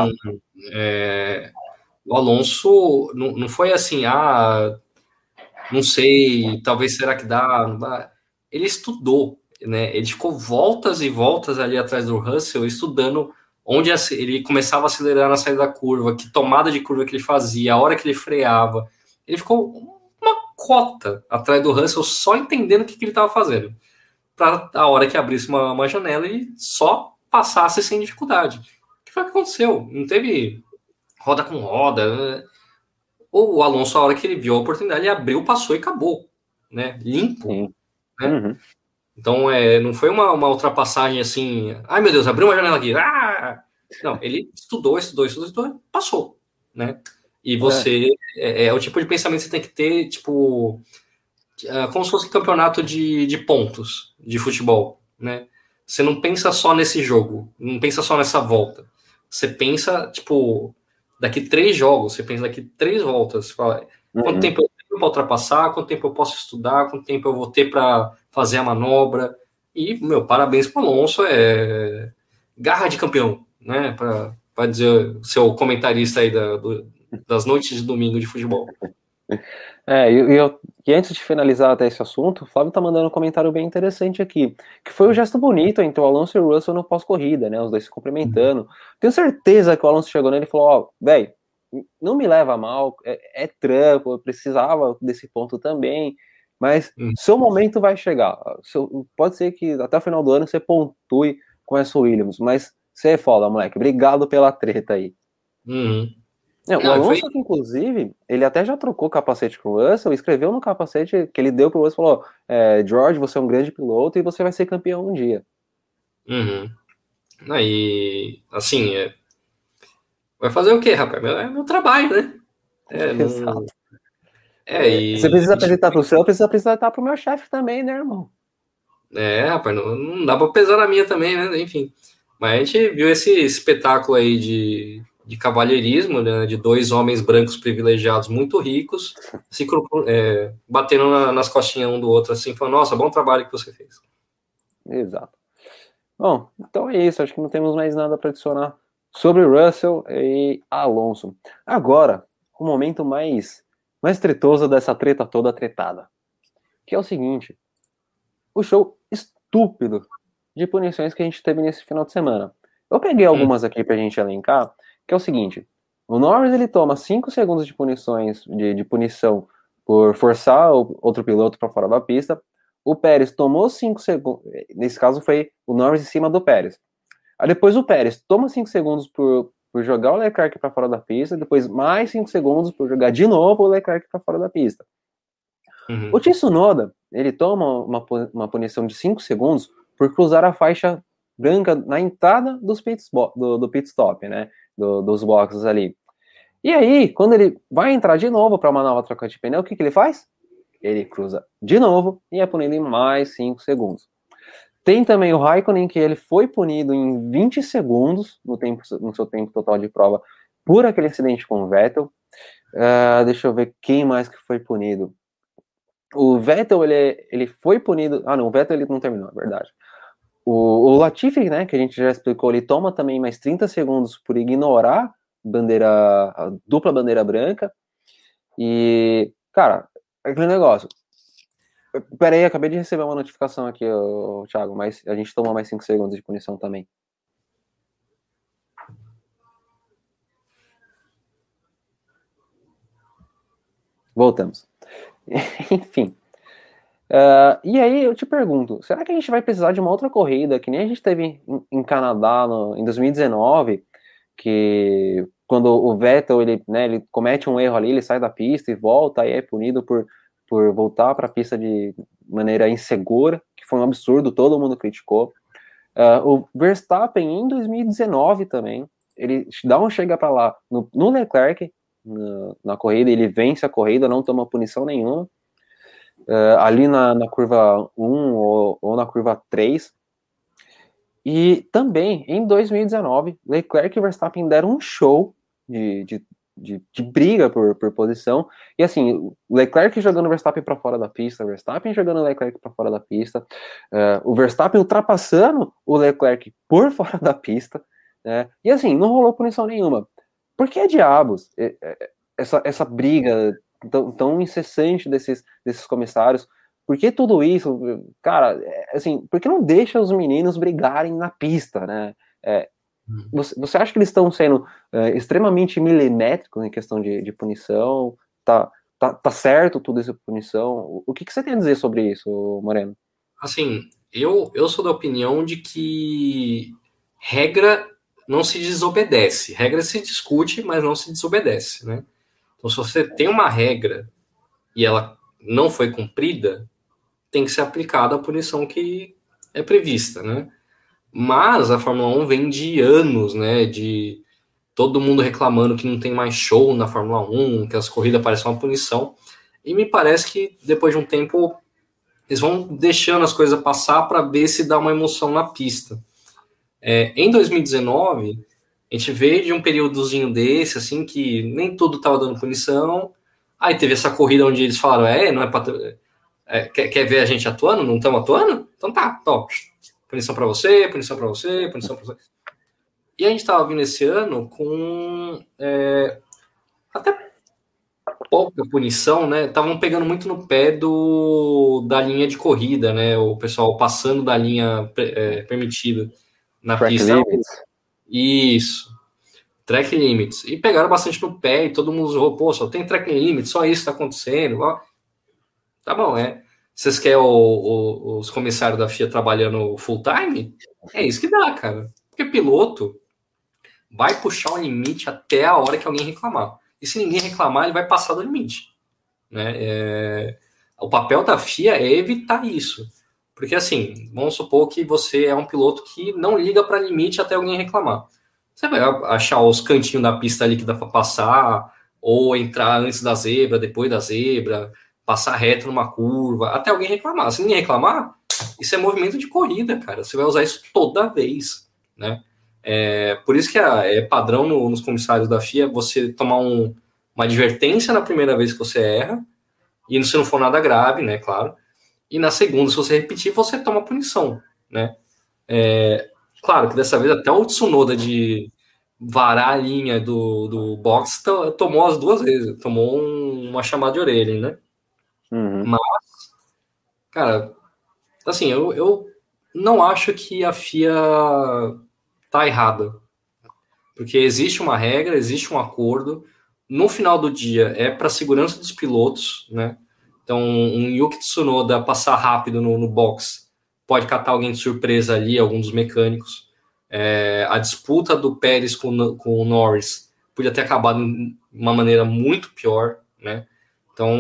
Speaker 2: é, o Alonso não, não foi assim, ah, não sei, talvez será que dá, não dá. Ele estudou, né? Ele ficou voltas e voltas ali atrás do Russell, estudando onde ele começava a acelerar na saída da curva, que tomada de curva que ele fazia, a hora que ele freava. Ele ficou uma cota atrás do Russell, só entendendo o que, que ele estava fazendo. Para a hora que abrisse uma, uma janela, ele só passasse sem dificuldade. O que foi que aconteceu? Não teve roda com roda. Né? Ou o Alonso, a hora que ele viu a oportunidade, ele abriu, passou e acabou. Né? Limpo. Né? Uhum. Então, é, não foi uma, uma ultrapassagem assim, ai meu Deus, abriu uma janela aqui, ah! Não, ele estudou, estudou, estudou, estudou, passou, né? E você, é. É, é o tipo de pensamento que você tem que ter, tipo, como se fosse um campeonato de, de pontos de futebol, né? Você não pensa só nesse jogo, não pensa só nessa volta. Você pensa, tipo, daqui três jogos, você pensa daqui três voltas, você fala, quanto uhum. tempo eu tenho para ultrapassar, quanto tempo eu posso estudar, quanto tempo eu vou ter para fazer a manobra. E, meu, parabéns para o Alonso, é garra de campeão, né? Para dizer seu comentarista aí da, do, das noites de domingo de futebol.
Speaker 1: É, e, eu, e antes de finalizar até esse assunto, o Flávio tá mandando um comentário bem interessante aqui, que foi o um gesto bonito entre o Alonso e o Russell no pós-corrida, né? Os dois se cumprimentando. Uhum. Tenho certeza que o Alonso chegou nele e falou, ó, oh, velho, não me leva a mal, é, é trampo, eu precisava desse ponto também, mas uhum. seu momento vai chegar. Seu, pode ser que até o final do ano você pontue com essa Williams, mas você é foda, moleque. Obrigado pela treta aí.
Speaker 2: Uhum.
Speaker 1: É, o não, Alonso, foi... que, inclusive, ele até já trocou capacete com o Russell, escreveu no capacete que ele deu pro Russell e falou, é, George, você é um grande piloto e você vai ser campeão um dia.
Speaker 2: Uhum. Aí, assim, é... vai fazer o quê, rapaz? É meu trabalho, né? É,
Speaker 1: Exato.
Speaker 2: Não... É, e...
Speaker 1: Você precisa apresentar pro céu, precisa apresentar pro meu chefe também, né, irmão?
Speaker 2: É, rapaz, não, não dá pra pesar na minha também, né? Enfim. Mas a gente viu esse espetáculo aí de, de cavalheirismo, né? De dois homens brancos privilegiados muito ricos se é, batendo na, nas costinhas um do outro, assim, falando, nossa, bom trabalho que você fez.
Speaker 1: Exato. Bom, então é isso. Acho que não temos mais nada para adicionar sobre Russell e Alonso. Agora, o momento mais, mais tretoso dessa treta toda tretada. Que é o seguinte. O show estúpido de punições que a gente teve nesse final de semana. Eu peguei algumas aqui pra gente elencar, que é o seguinte. O Norris, ele toma cinco segundos de punições, de, de punição por forçar o outro piloto para fora da pista. O Pérez tomou cinco segundos, nesse caso foi o Norris em cima do Pérez. Aí depois o Pérez toma cinco segundos por, por jogar o Leclerc para fora da pista, depois mais cinco segundos por jogar de novo o Leclerc para fora da pista. Uhum. O Tsunoda, ele toma uma, uma punição de cinco segundos por cruzar a faixa branca na entrada dos pits, do, do pit stop, né, do, dos boxes ali. E aí, quando ele vai entrar de novo para uma nova troca de pneu, o que, que ele faz? Ele cruza de novo e é punido em mais cinco segundos. Tem também o Raikkonen, que ele foi punido em vinte segundos no, tempo, no seu tempo total de prova por aquele acidente com o Vettel. Uh, deixa eu ver quem mais que foi punido. O Vettel, ele, ele foi punido... Ah, não, o Vettel ele não terminou, é verdade. O, o Latifi, né, que a gente já explicou, ele toma também mais trinta segundos por ignorar bandeira, a dupla bandeira branca. E, cara, aquele negócio... Peraí, acabei de receber uma notificação aqui, ô, Thiago, mas a gente toma mais cinco segundos de punição também. Voltamos. Enfim. Uh, e aí eu te pergunto, será que a gente vai precisar de uma outra corrida, que nem a gente teve em, em Canadá no, em dois mil e dezenove, que quando o Vettel ele, né, ele comete um erro ali, ele sai da pista e volta, aí é punido por, por voltar para a pista de maneira insegura, que foi um absurdo, todo mundo criticou. Uh, o Verstappen em dois mil e dezenove também, ele dá um chega para lá no, no Leclerc, na, na corrida, ele vence a corrida, não toma punição nenhuma. Uh, ali na, na curva um ou, ou na curva três. E também, em dois mil e dezenove, Leclerc e Verstappen deram um show de, de, de, de briga por, por posição. E assim, Leclerc jogando o Verstappen para fora da pista, Verstappen jogando o Leclerc para fora da pista, uh, o Verstappen ultrapassando o Leclerc por fora da pista. Né? E assim, não rolou punição nenhuma. Por que diabos essa, essa briga tão, tão incessante desses, desses comissários? Por que tudo isso? Cara, assim, por que não deixa os meninos brigarem na pista, né? É, você, você acha que eles estão sendo é, extremamente milimétricos em questão de, de punição? Tá, tá, tá certo tudo isso de punição? O que, que você tem a dizer sobre isso, Moreno?
Speaker 2: Assim, eu, eu sou da opinião de que regra não se desobedece. Regra se discute, mas não se desobedece, né? Então, se você tem uma regra e ela não foi cumprida, tem que ser aplicada a punição que é prevista, né? Mas a Fórmula um vem de anos, né? De todo mundo reclamando que não tem mais show na Fórmula um, que as corridas parecem uma punição. E me parece que depois de um tempo eles vão deixando as coisas passar para ver se dá uma emoção na pista. É, em dois mil e dezenove, a gente veio de um períodozinho desse, assim, que nem tudo estava dando punição. Aí teve essa corrida onde eles falaram, é, não é pra... É, quer, quer ver a gente atuando? Não estamos atuando? Então tá, ó, punição para você, punição para você, punição para você. E a gente estava vindo esse ano com é, até pouca punição, né? Estavam pegando muito no pé do, da linha de corrida, né? O pessoal passando da linha é, permitida na
Speaker 1: Track
Speaker 2: pista.
Speaker 1: limits.
Speaker 2: Isso. Track limits. E pegaram bastante no pé e todo mundo falou, pô, só tem track limits, só isso está acontecendo. Ó, tá bom, é. Vocês querem o, o, os comissários da F I A trabalhando full time? É isso que dá, cara. Porque piloto vai puxar o limite até a hora que alguém reclamar. E se ninguém reclamar, ele vai passar do limite. Né? É... O papel da F I A é evitar isso. Porque, assim, vamos supor que você é um piloto que não liga para limite até alguém reclamar. Você vai achar os cantinhos da pista ali que dá para passar, ou entrar antes da zebra, depois da zebra, passar reto numa curva, até alguém reclamar. Se ninguém reclamar, isso é movimento de corrida, cara. Você vai usar isso toda vez, né? É, por isso que é, é padrão no, nos comissários da F I A você tomar um, uma advertência na primeira vez que você erra, e se não for nada grave, né, claro. E na segunda, se você repetir, você toma punição, né? É, claro que dessa vez até o Tsunoda de varar a linha do, do box tomou as duas vezes, tomou um, uma chamada de orelha, né?
Speaker 1: Uhum.
Speaker 2: Mas, cara, assim, eu, eu não acho que a F I A tá errada. Porque existe uma regra, existe um acordo. No final do dia, é para a segurança dos pilotos, né? Então, um Yuki Tsunoda passar rápido no, no box pode catar alguém de surpresa ali, algum dos mecânicos. É, a disputa do Pérez com, com o Norris podia ter acabado de uma maneira muito pior, né? Então,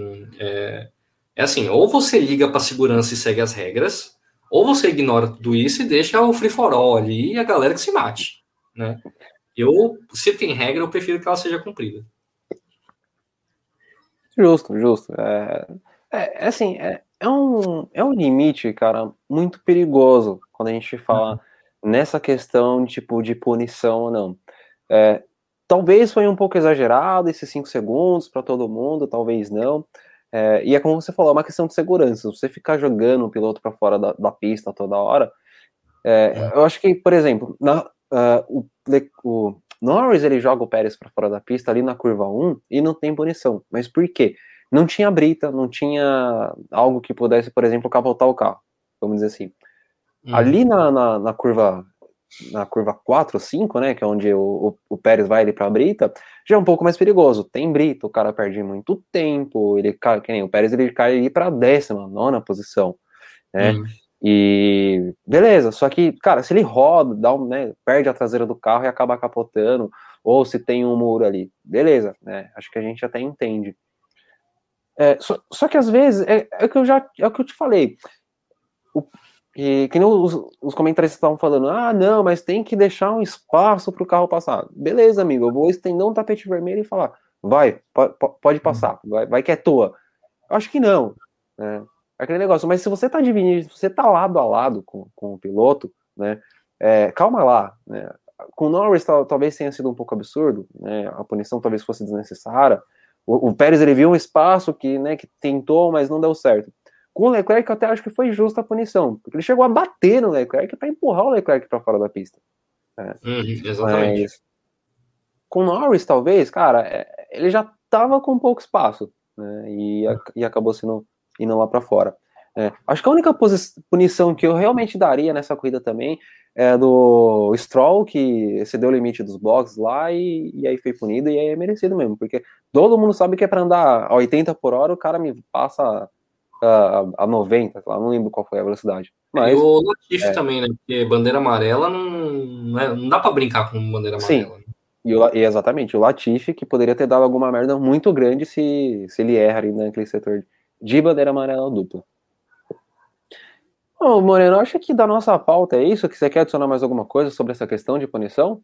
Speaker 2: é, é assim, ou você liga para a segurança e segue as regras, ou você ignora tudo isso e deixa o free for all ali e a galera que se mate, né? Eu, se tem regra, eu prefiro que ela seja cumprida.
Speaker 1: Justo, justo. É, é, é assim, é, é um, é um limite, cara, muito perigoso quando a gente fala nessa questão de, tipo, de punição ou não. É, talvez foi um pouco exagerado esses cinco segundos para todo mundo, talvez não. É, e é como você falou, é uma questão de segurança. Você ficar jogando o piloto para fora da, da pista toda hora. É, eu acho que, por exemplo, na, uh, o, o Norris ele joga o Pérez para fora da pista ali na curva um e não tem punição. Mas por quê? Não tinha brita, não tinha algo que pudesse, por exemplo, capotar o carro. Vamos dizer assim.
Speaker 2: Uhum.
Speaker 1: Ali na, na, na curva na curva quatro, cinco, né, que é onde o, o, o Pérez vai ali pra brita, já é um pouco mais perigoso. Tem brita, o cara perde muito tempo, ele cai, que nem o Pérez, ele cai ali pra décima, nona posição, né,
Speaker 2: Uhum.
Speaker 1: e beleza, só que, cara, se ele roda, dá um, né, perde a traseira do carro e acaba capotando, ou se tem um muro ali, beleza, né, acho que a gente até entende. É, só, só que às vezes, é, é, que eu já, é o que eu te falei, o, e que nem os, os comentaristas estavam falando, ah, não, mas tem que deixar um espaço para o carro passar. Beleza, amigo, eu vou estender um tapete vermelho e falar, vai, po, pode passar, vai, vai que é tua. Eu acho que não, né? Aquele negócio, mas se você tá dividindo, se você tá lado a lado com, com o piloto, né, é, calma lá, né? Com o Norris tal, talvez tenha sido um pouco absurdo, né, a punição talvez fosse desnecessária, o, o Pérez ele viu um espaço que, né, que tentou, mas não deu certo. Com o Leclerc, eu até acho que foi justa a punição, porque ele chegou a bater no Leclerc para empurrar o Leclerc para fora da pista. Né?
Speaker 2: Uhum, exatamente.
Speaker 1: Mas com o Norris, talvez, cara, é, ele já tava com pouco espaço, né? E, e acabou sendo indo lá para fora. É, acho que a única punição que eu realmente daria nessa corrida também é do Stroll, que excedeu o limite dos boxes lá e, e aí foi punido, e aí é merecido mesmo, porque todo mundo sabe que é para andar a oitenta por hora, o cara me passa a, a noventa, lá, não lembro qual foi a velocidade. Mas,
Speaker 2: e o Latifi
Speaker 1: é,
Speaker 2: também, né? Porque bandeira amarela não, não, é, não dá para brincar com bandeira
Speaker 1: sim,
Speaker 2: amarela. Né?
Speaker 1: e, o, e exatamente, o Latifi, que poderia ter dado alguma merda muito grande se, se ele erra ali naquele setor de bandeira amarela dupla. Ô, Moreno, acha que da nossa pauta é isso? Que você quer adicionar mais alguma coisa sobre essa questão de punição?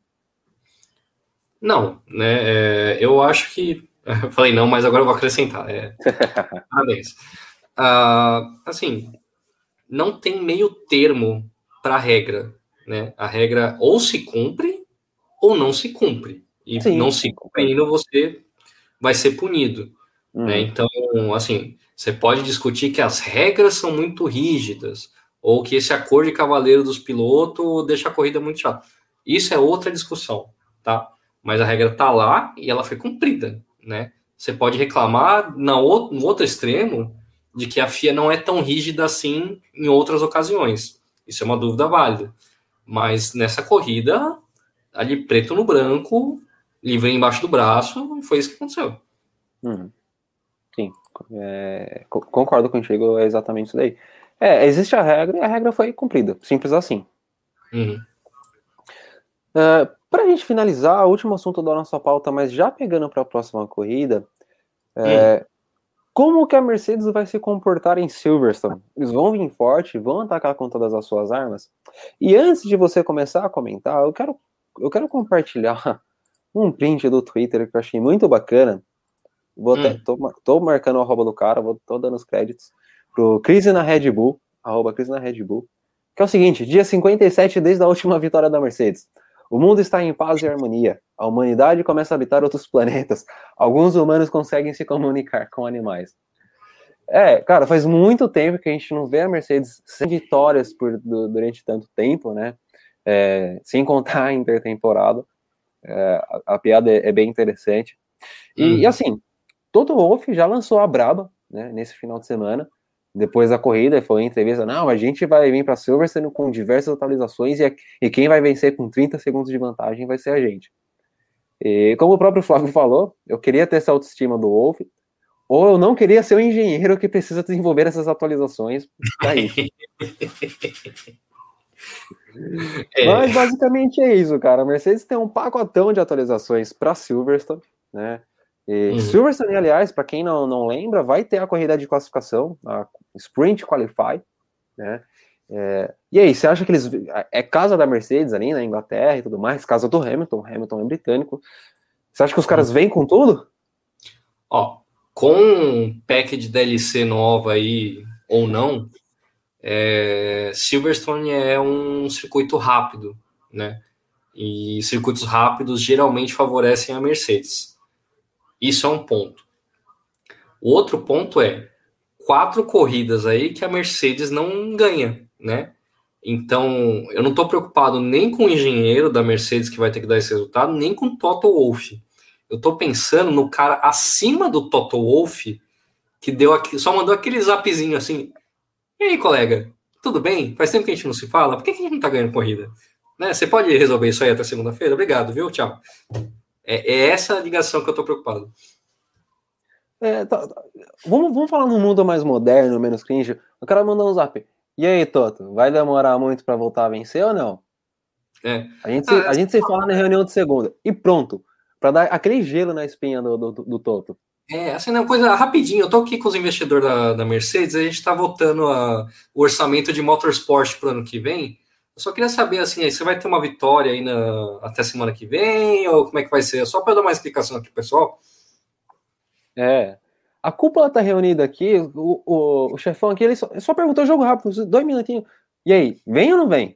Speaker 2: Não, né? É, eu acho que. Eu falei não, mas agora eu vou acrescentar. É, parabéns. Ah, assim, não tem meio termo para a regra. Né? A regra ou se cumpre ou não se cumpre. E
Speaker 1: Sim,
Speaker 2: não
Speaker 1: sim,
Speaker 2: se
Speaker 1: concordo.
Speaker 2: cumprindo, você vai ser punido. Né?
Speaker 1: Uhum.
Speaker 2: Então, assim, você pode discutir que as regras são muito rígidas ou que esse acordo de cavaleiro dos pilotos deixa a corrida muito chata. Isso é outra discussão, tá? Mas a regra tá lá e ela foi cumprida, né? Você pode reclamar na outro, no outro extremo de que a F I A não é tão rígida assim em outras ocasiões. Isso é uma dúvida válida. Mas nessa corrida, ali preto no branco, livrei embaixo do braço, e foi isso que aconteceu.
Speaker 1: Uhum. Sim, é, concordo contigo, é exatamente isso daí. É, existe a regra e a regra foi cumprida, simples assim.
Speaker 2: Uhum.
Speaker 1: Uh, para a gente finalizar, o último assunto da nossa pauta, mas já pegando para a próxima corrida, é,
Speaker 2: Uhum.
Speaker 1: como que a Mercedes vai se comportar em Silverstone? Eles vão vir forte, vão atacar com todas as suas armas? E antes de você começar a comentar, eu quero, eu quero compartilhar um print do Twitter que eu achei muito bacana. Vou até,
Speaker 2: Uhum.
Speaker 1: tô, tô marcando o arroba do cara, vou, tô dando os créditos pro Crise na Red Bull, arroba Crise na Red Bull, que é o seguinte, dia cinquenta e sete desde a última vitória da Mercedes. O mundo está em paz e harmonia. A humanidade começa a habitar outros planetas. Alguns humanos conseguem se comunicar com animais. É, cara, faz muito tempo que a gente não vê a Mercedes sem vitórias por, do, durante tanto tempo, né? É, sem contar a intertemporada. É, a, a piada é, é bem interessante. E, e
Speaker 2: Uhum.
Speaker 1: assim, Toto Wolff já lançou a braba, né, nesse final de semana, depois da corrida, e foi em entrevista, não, a gente vai vir para Silverstone com diversas atualizações e, e quem vai vencer com trinta segundos de vantagem vai ser a gente. E como o próprio Flávio falou, eu queria ter essa autoestima do Wolff, ou eu não queria ser o engenheiro que precisa desenvolver essas atualizações para isso.
Speaker 2: É.
Speaker 1: Mas basicamente é isso, cara. A Mercedes tem um pacotão de atualizações para Silverstone, né? E
Speaker 2: Uhum.
Speaker 1: Silverstone, aliás, para quem não, não lembra, vai ter a corrida de classificação, a Sprint Qualify, né? É, e aí, você acha que eles. É casa da Mercedes ali na Inglaterra e tudo mais, casa do Hamilton, Hamilton é britânico. Você acha que os caras vêm com tudo?
Speaker 2: Ó, com um pack de D L C nova aí, ou não, é, Silverstone é um circuito rápido, né? E circuitos rápidos geralmente favorecem a Mercedes. Isso é um ponto. O outro ponto é quatro corridas aí que a Mercedes não ganha, né? Então, eu não estou preocupado nem com o engenheiro da Mercedes que vai ter que dar esse resultado, nem com o Toto Wolff. Eu estou pensando no cara acima do Toto Wolff que deu aqui, só mandou aquele zapzinho assim. E aí, colega, tudo bem? Faz tempo que a gente não se fala? Por que a gente não tá ganhando corrida? Né? Você pode resolver isso aí até segunda-feira? Obrigado, viu? Tchau. É, é essa ligação que eu tô preocupado.
Speaker 1: É, tá, tá. Vamos, vamos falar num mundo mais moderno, menos cringe. O cara mandou um zap. E aí, Toto, vai demorar muito pra voltar a vencer ou não?
Speaker 2: É.
Speaker 1: A gente, se, a gente se fala na reunião de segunda. E pronto. Pra dar aquele gelo na espinha do, do, do Toto.
Speaker 2: É, assim, uma coisa rapidinho. Eu tô aqui com os investidores da, da Mercedes, a gente tá votando a, o orçamento de motorsport pro ano que vem. Eu só queria saber, assim, aí, você vai ter uma vitória aí na, até semana que vem? Ou como é que vai ser? Só pra eu dar uma explicação aqui, pessoal.
Speaker 1: É. A cúpula tá reunida aqui, o, o, o chefão aqui, ele só, só perguntou jogo rápido, dois minutinhos. E aí, vem ou não vem?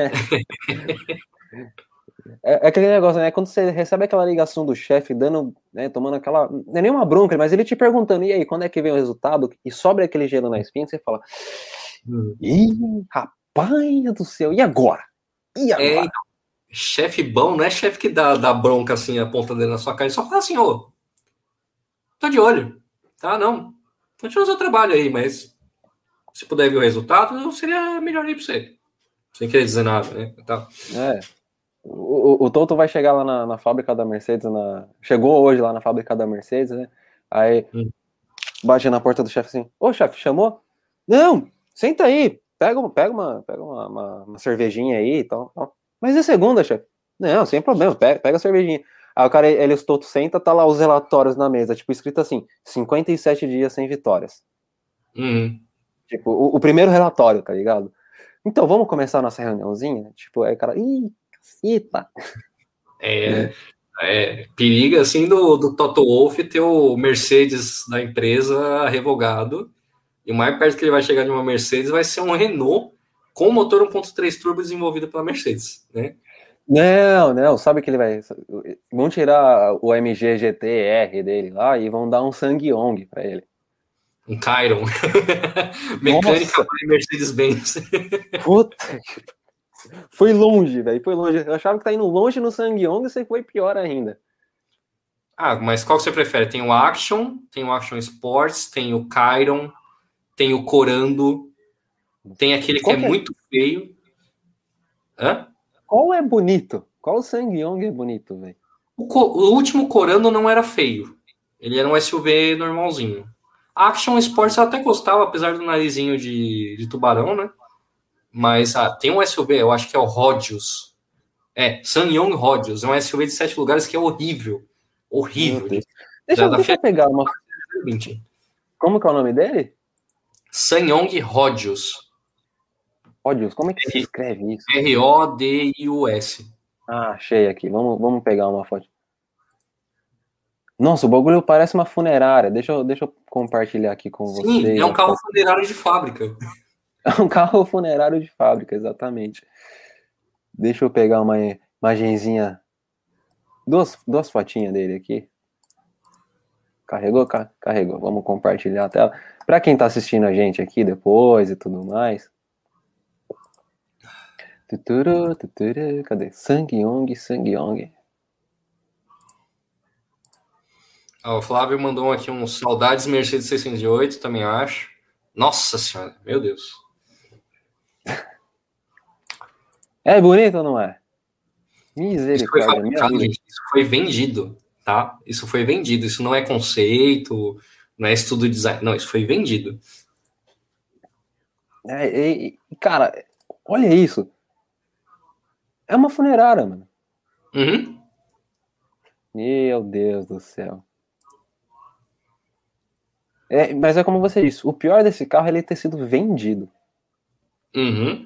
Speaker 1: É, é aquele negócio, né? Quando você recebe aquela ligação do chefe dando, né, tomando aquela. Não é nenhuma bronca, mas ele te perguntando, e aí, quando é que vem o resultado? E sobra aquele gelo na espinha, você fala. Hum. Ih, rapaz do céu, e agora? E agora?
Speaker 2: É, então, chefe bom não é chefe que dá, dá bronca assim, a ponta dele na sua cara, ele só fala assim, ô, tô de olho, tá? Não, continua o seu trabalho aí, mas se puder ver o resultado, seria melhor ir pra você. Sem querer dizer nada, né? Tá.
Speaker 1: É. O, o, o Toto vai chegar lá na, na fábrica da Mercedes, na... chegou hoje lá na fábrica da Mercedes, né? Aí hum. bate na porta do chefe assim, ô chefe, chamou? Não, senta aí, pega, pega, uma, pega uma, uma, uma cervejinha aí e tal, tal. Mas e segunda, chefe? Não, sem problema, pega, pega a cervejinha. Aí o cara, ele, o Toto senta, tá lá os relatórios na mesa, tipo, escrito assim, cinquenta e sete dias sem vitórias.
Speaker 2: Uhum.
Speaker 1: Tipo, o, o primeiro relatório, tá ligado? Então, vamos começar a nossa reuniãozinha? Tipo, aí o cara, ih, caceta.
Speaker 2: É, é, periga, assim, do, do Toto Wolff ter o Mercedes da empresa revogado, e o mais perto que ele vai chegar de uma Mercedes vai ser um Renault com motor um ponto três turbo desenvolvido pela Mercedes, né?
Speaker 1: Não, não, sabe que ele vai... Vão tirar o M G G T R dele lá e vão dar um Sangyong pra ele.
Speaker 2: Um Chiron. Mecânica Mercedes-Benz.
Speaker 1: Puta. Foi longe, velho. Foi longe. Eu achava que tá indo longe no Sangyong e você foi pior ainda.
Speaker 2: Ah, mas qual que você prefere? Tem o Action, tem o Action Sports, tem o Chiron, tem o Corando, tem aquele qual que é, que é muito feio. Hã?
Speaker 1: Qual é bonito? Qual Sangyong é bonito, velho?
Speaker 2: O, o último Corando não era feio. Ele era um S U V normalzinho. A Action Sports eu até gostava, apesar do narizinho de, de tubarão, né? Mas ah, tem um S U V, eu acho que é o Rodius. É, Sanyong Rodius. É um S U V de sete lugares que é horrível. Horrível. De,
Speaker 1: deixa, da, deixa da eu pegar uma... Como que é o nome dele?
Speaker 2: Sanyong Rodius.
Speaker 1: Rodius, como é que se escreve isso?
Speaker 2: R O D I U S.
Speaker 1: Ah, achei aqui. Vamos, vamos pegar uma foto. Nossa, o bagulho parece uma funerária. Deixa eu, deixa eu compartilhar aqui com
Speaker 2: Sim,
Speaker 1: vocês.
Speaker 2: Sim, é um carro funerário de fábrica.
Speaker 1: É um carro funerário de fábrica, exatamente. Deixa eu pegar uma imagenzinha. Duas, duas fotinhas dele aqui. Carregou? Carregou. Vamos compartilhar a tela. Pra quem tá assistindo a gente aqui depois e tudo mais. Tuturu, tuturu, cadê? Sangyong, Sangyong.
Speaker 2: Ah, o Flávio mandou aqui um saudades Mercedes seiscentos e oito, também acho. Nossa senhora, meu Deus.
Speaker 1: É bonito ou não é? Misericórdia.
Speaker 2: Isso foi, isso foi vendido, tá? Isso foi vendido. Isso não é conceito, não é estudo de design. Não, isso foi vendido.
Speaker 1: É, e, cara, olha isso. É uma funerária, mano.
Speaker 2: Uhum.
Speaker 1: Meu Deus do céu. É, mas é como você disse, o pior desse carro é ele ter sido vendido.
Speaker 2: Uhum.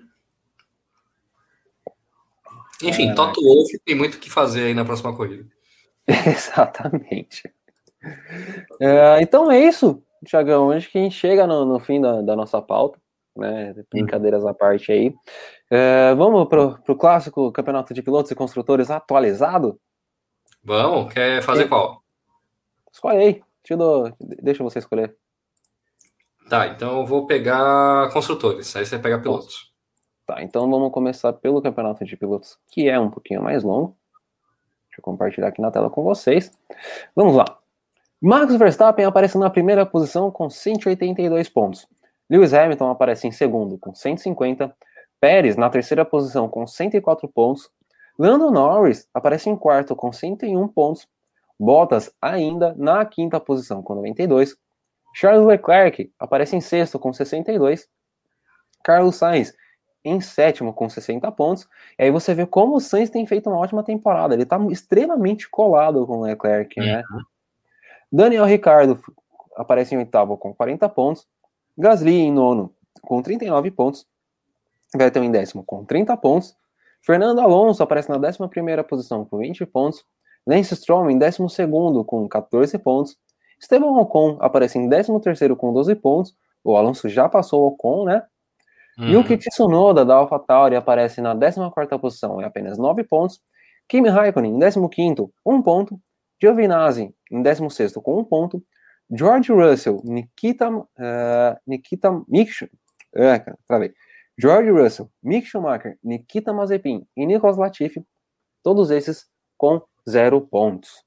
Speaker 2: Enfim, ah, Toto Wolff tem muito o que fazer aí na próxima corrida.
Speaker 1: Exatamente. É, então é isso. Thiagão, acho que a gente chega no, no fim da, da nossa pauta, né? Brincadeiras à parte aí. É, vamos pro, pro clássico Campeonato de Pilotos e Construtores atualizado?
Speaker 2: Vamos? Quer fazer
Speaker 1: Sim.
Speaker 2: qual?
Speaker 1: Escolhe aí. Te dou, deixa você escolher.
Speaker 2: Tá, então eu vou pegar construtores, aí você pega pilotos.
Speaker 1: Tá, então vamos começar pelo Campeonato de Pilotos, que é um pouquinho mais longo. Deixa eu compartilhar aqui na tela com vocês. Vamos lá. Max Verstappen aparece na primeira posição com cento e oitenta e dois pontos. Lewis Hamilton aparece em segundo com cento e cinquenta. Pérez na terceira posição com cento e quatro pontos. Lando Norris aparece em quarto com cento e um pontos. Bottas ainda na quinta posição com noventa e dois. Charles Leclerc aparece em sexto com sessenta e dois. Carlos Sainz em sétimo com sessenta pontos. E aí você vê como o Sainz tem feito uma ótima temporada. Ele está extremamente colado com o Leclerc, né? Uhum. Daniel Ricciardo aparece em oitavo com quarenta pontos. Gasly em nono com trinta e nove pontos. Vettel em décimo com trinta pontos. Fernando Alonso aparece na décima primeira posição com vinte pontos. Lance Stroll em décimo segundo com catorze pontos. Esteban Ocon aparece em décimo terceiro com doze pontos. O Alonso já passou o Ocon, né? Uhum. Yuki Tsunoda da AlphaTauri aparece na décima quarta posição em apenas nove pontos. Kimi Raikkonen em décimo quinto, um ponto. Giovinazzi em décimo sexto com um ponto. George Russell, Nikita, uh, Nikita Mick, uh, travei. George Russell, Mick Schumacher, Nikita Mazepin e Nicolas Latifi, todos esses com zero pontos.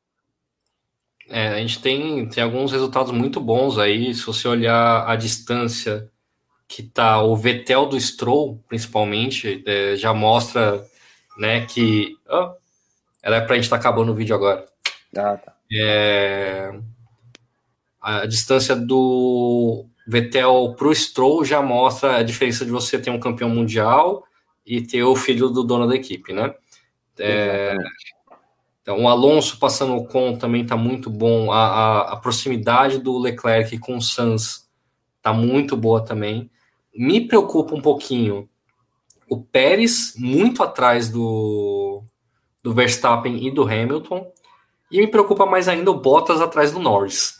Speaker 2: É, a gente tem, tem alguns resultados muito bons aí, se você olhar a distância que tá o Vettel do Stroll, principalmente, é, já mostra, né, que... Oh, era pra gente estar tá acabando o vídeo agora.
Speaker 1: Ah, tá.
Speaker 2: É, a distância do Vettel pro Stroll já mostra a diferença de você ter um campeão mundial e ter o filho do dono da equipe, né? É, então, o Alonso passando o Ocon também tá muito bom. A, a, a proximidade do Leclerc com o Sainz tá muito boa também. Me preocupa um pouquinho o Pérez muito atrás do, do Verstappen e do Hamilton. E me preocupa mais ainda o Bottas atrás do Norris.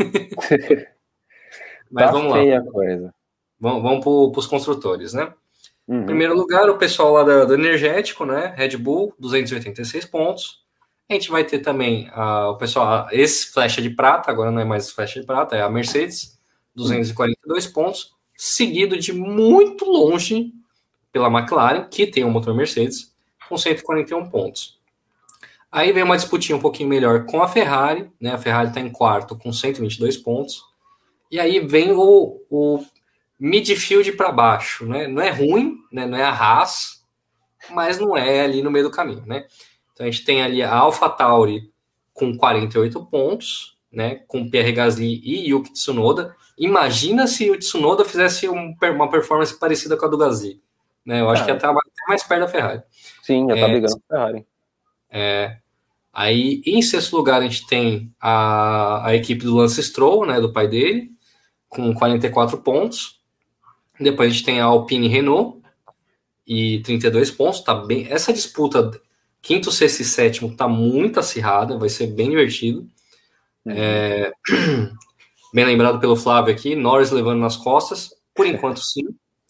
Speaker 2: Mas
Speaker 1: tá
Speaker 2: vamos
Speaker 1: feia
Speaker 2: lá.
Speaker 1: A coisa.
Speaker 2: Vamos, vamos para os construtores, né?
Speaker 1: Uhum.
Speaker 2: Em primeiro lugar, o pessoal lá do, do energético, né? Red Bull, duzentos e oitenta e seis pontos. A gente vai ter também uh, o pessoal, esse flecha de prata, agora não é mais flecha de prata, é a Mercedes, duzentos e quarenta e dois uhum. pontos, seguido de muito longe pela McLaren, que tem um motor Mercedes, com cento e quarenta e um pontos. Aí vem uma disputinha um pouquinho melhor com a Ferrari, né? A Ferrari está em quarto com cento e vinte e dois pontos. E aí vem o, o midfield para baixo, né? Não é ruim, né? Não é a Haas, mas não é ali no meio do caminho, né? Então a gente tem ali a AlphaTauri com quarenta e oito pontos, né? Com Pierre Gasly e Yuki Tsunoda. Imagina se o Tsunoda fizesse um, uma performance parecida com a do Gasly, né? Eu acho ah, que ia estar mais perto da Ferrari.
Speaker 1: Sim, já está é, brigando com a Ferrari.
Speaker 2: É, aí, em sexto lugar, a gente tem a, a equipe do Lance Stroll, né, do pai dele, com quarenta e quatro pontos. Depois a gente tem a Alpine Renault, e trinta e dois pontos. Tá bem, essa disputa, quinto, sexto e sétimo, tá muito acirrada, vai ser bem divertido. Uhum. É, bem lembrado pelo Flávio aqui, Norris levando nas costas, por enquanto sim.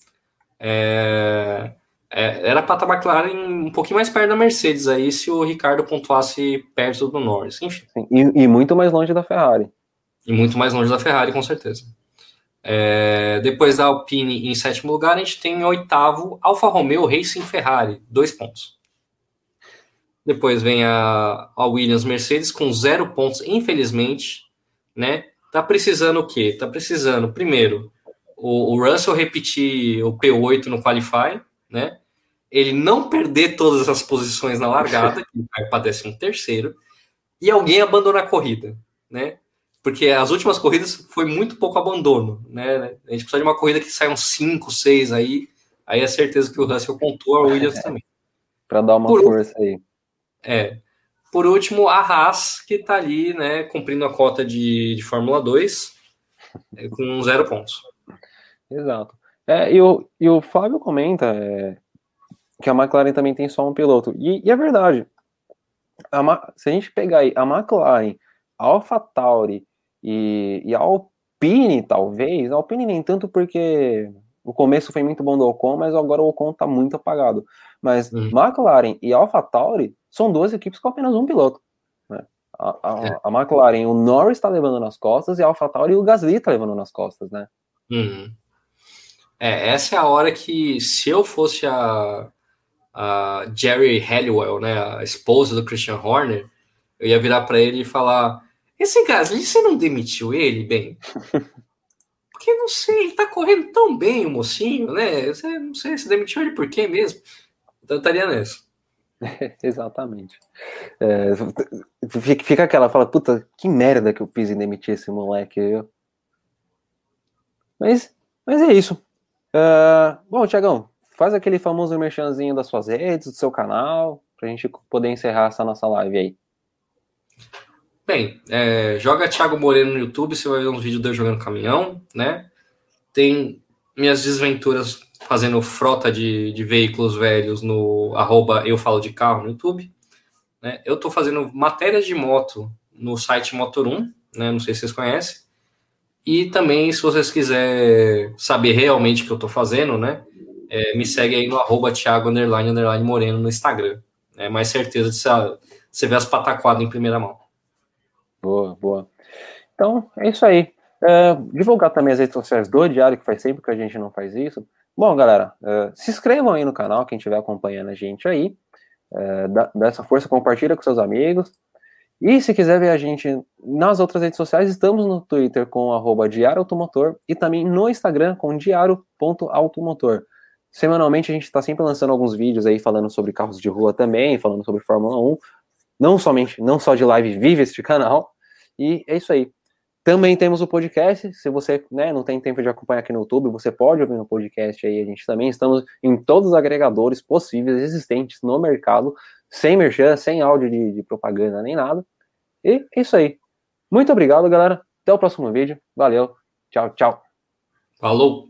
Speaker 2: É... É, era para estar a McLaren um pouquinho mais perto da Mercedes aí, se o Ricardo pontuasse perto do Norris, enfim.
Speaker 1: E, e muito mais longe da Ferrari.
Speaker 2: E muito mais longe da Ferrari, com certeza. É, depois da Alpine em sétimo lugar, a gente tem em oitavo Alfa Romeo Racing Ferrari, dois pontos. Depois vem a, a Williams Mercedes com zero pontos, infelizmente, né? Tá precisando o quê? Tá precisando, primeiro, o, o Russell repetir o P oito no Qualify, né? Ele não perder todas as posições na largada, que vai para décimo terceiro, e alguém abandonar a corrida, né? Porque as últimas corridas foi muito pouco abandono, né? A gente precisa de uma corrida que saia uns cinco, seis aí, aí é certeza que o Russell pontua, o Williams também.
Speaker 1: Para dar uma Por força aí.
Speaker 2: É. Por último, a Haas, que está ali, né, cumprindo a cota de, de Fórmula dois, é, com zero pontos.
Speaker 1: Exato. É, e, o, e o Fábio comenta é, que a McLaren também tem só um piloto. E, e é verdade. A, se a gente pegar aí a McLaren, a AlphaTauri e, e a Alpine, talvez. A Alpine nem tanto porque o começo foi muito bom do Ocon, mas agora o Ocon tá muito apagado. Mas uhum. McLaren e AlphaTauri são duas equipes com apenas um piloto. Né? A, a, é. a McLaren, o Norris está levando nas costas, e a AlphaTauri o Gasly está levando nas costas, né?
Speaker 2: Uhum. É, essa é a hora que, se eu fosse a, a Jerry Halliwell, né, a esposa do Christian Horner, eu ia virar para ele e falar: esse Gasly, você não demitiu ele, bem? Porque, não sei, ele tá correndo tão bem, o mocinho, né? Você, não sei, você demitiu ele por quê mesmo? Então eu estaria nessa.
Speaker 1: Exatamente. É, fica aquela, fala, puta, que merda que eu fiz em demitir esse moleque. Eu... Mas, mas é isso. Uh, bom, Thiagão, faz aquele famoso merchanzinho das suas redes, do seu canal, pra gente poder encerrar essa nossa live aí.
Speaker 2: Bem, é, joga Thiago Moreno no YouTube, você vai ver uns vídeos de eu jogando caminhão, né? Tem minhas desventuras fazendo frota de, de veículos velhos no arroba Eu Falo de Carro no YouTube. Né? Eu tô fazendo matérias de moto no site Motor um, né? Não sei se vocês conhecem. E também, se vocês quiserem saber realmente o que eu tô fazendo, né? É, me segue aí no arroba Thiago underline, underline Moreno no Instagram. É mais certeza de você ver as pataquadas em primeira mão.
Speaker 1: Boa, boa. Então, é isso aí. É, divulgar também as redes sociais do Diário, que faz tempo que a gente não faz isso. Bom, galera, é, se inscrevam aí no canal, quem estiver acompanhando a gente aí. É, dá, dá essa força, compartilha com seus amigos. E se quiser ver a gente nas outras redes sociais, estamos no Twitter com arroba Diário Automotor e também no Instagram com diário ponto automotor. Semanalmente a gente está sempre lançando alguns vídeos aí falando sobre carros de rua também, falando sobre Fórmula um. Não somente, não só de live vive este canal. E é isso aí. Também temos o podcast. Se você, né, não tem tempo de acompanhar aqui no YouTube, você pode ouvir no podcast aí. A gente também estamos em todos os agregadores possíveis existentes no mercado, sem merchan, sem áudio de, de propaganda nem nada. E é isso aí. Muito obrigado, galera. Até o próximo vídeo. Valeu. Tchau, tchau.
Speaker 2: Falou.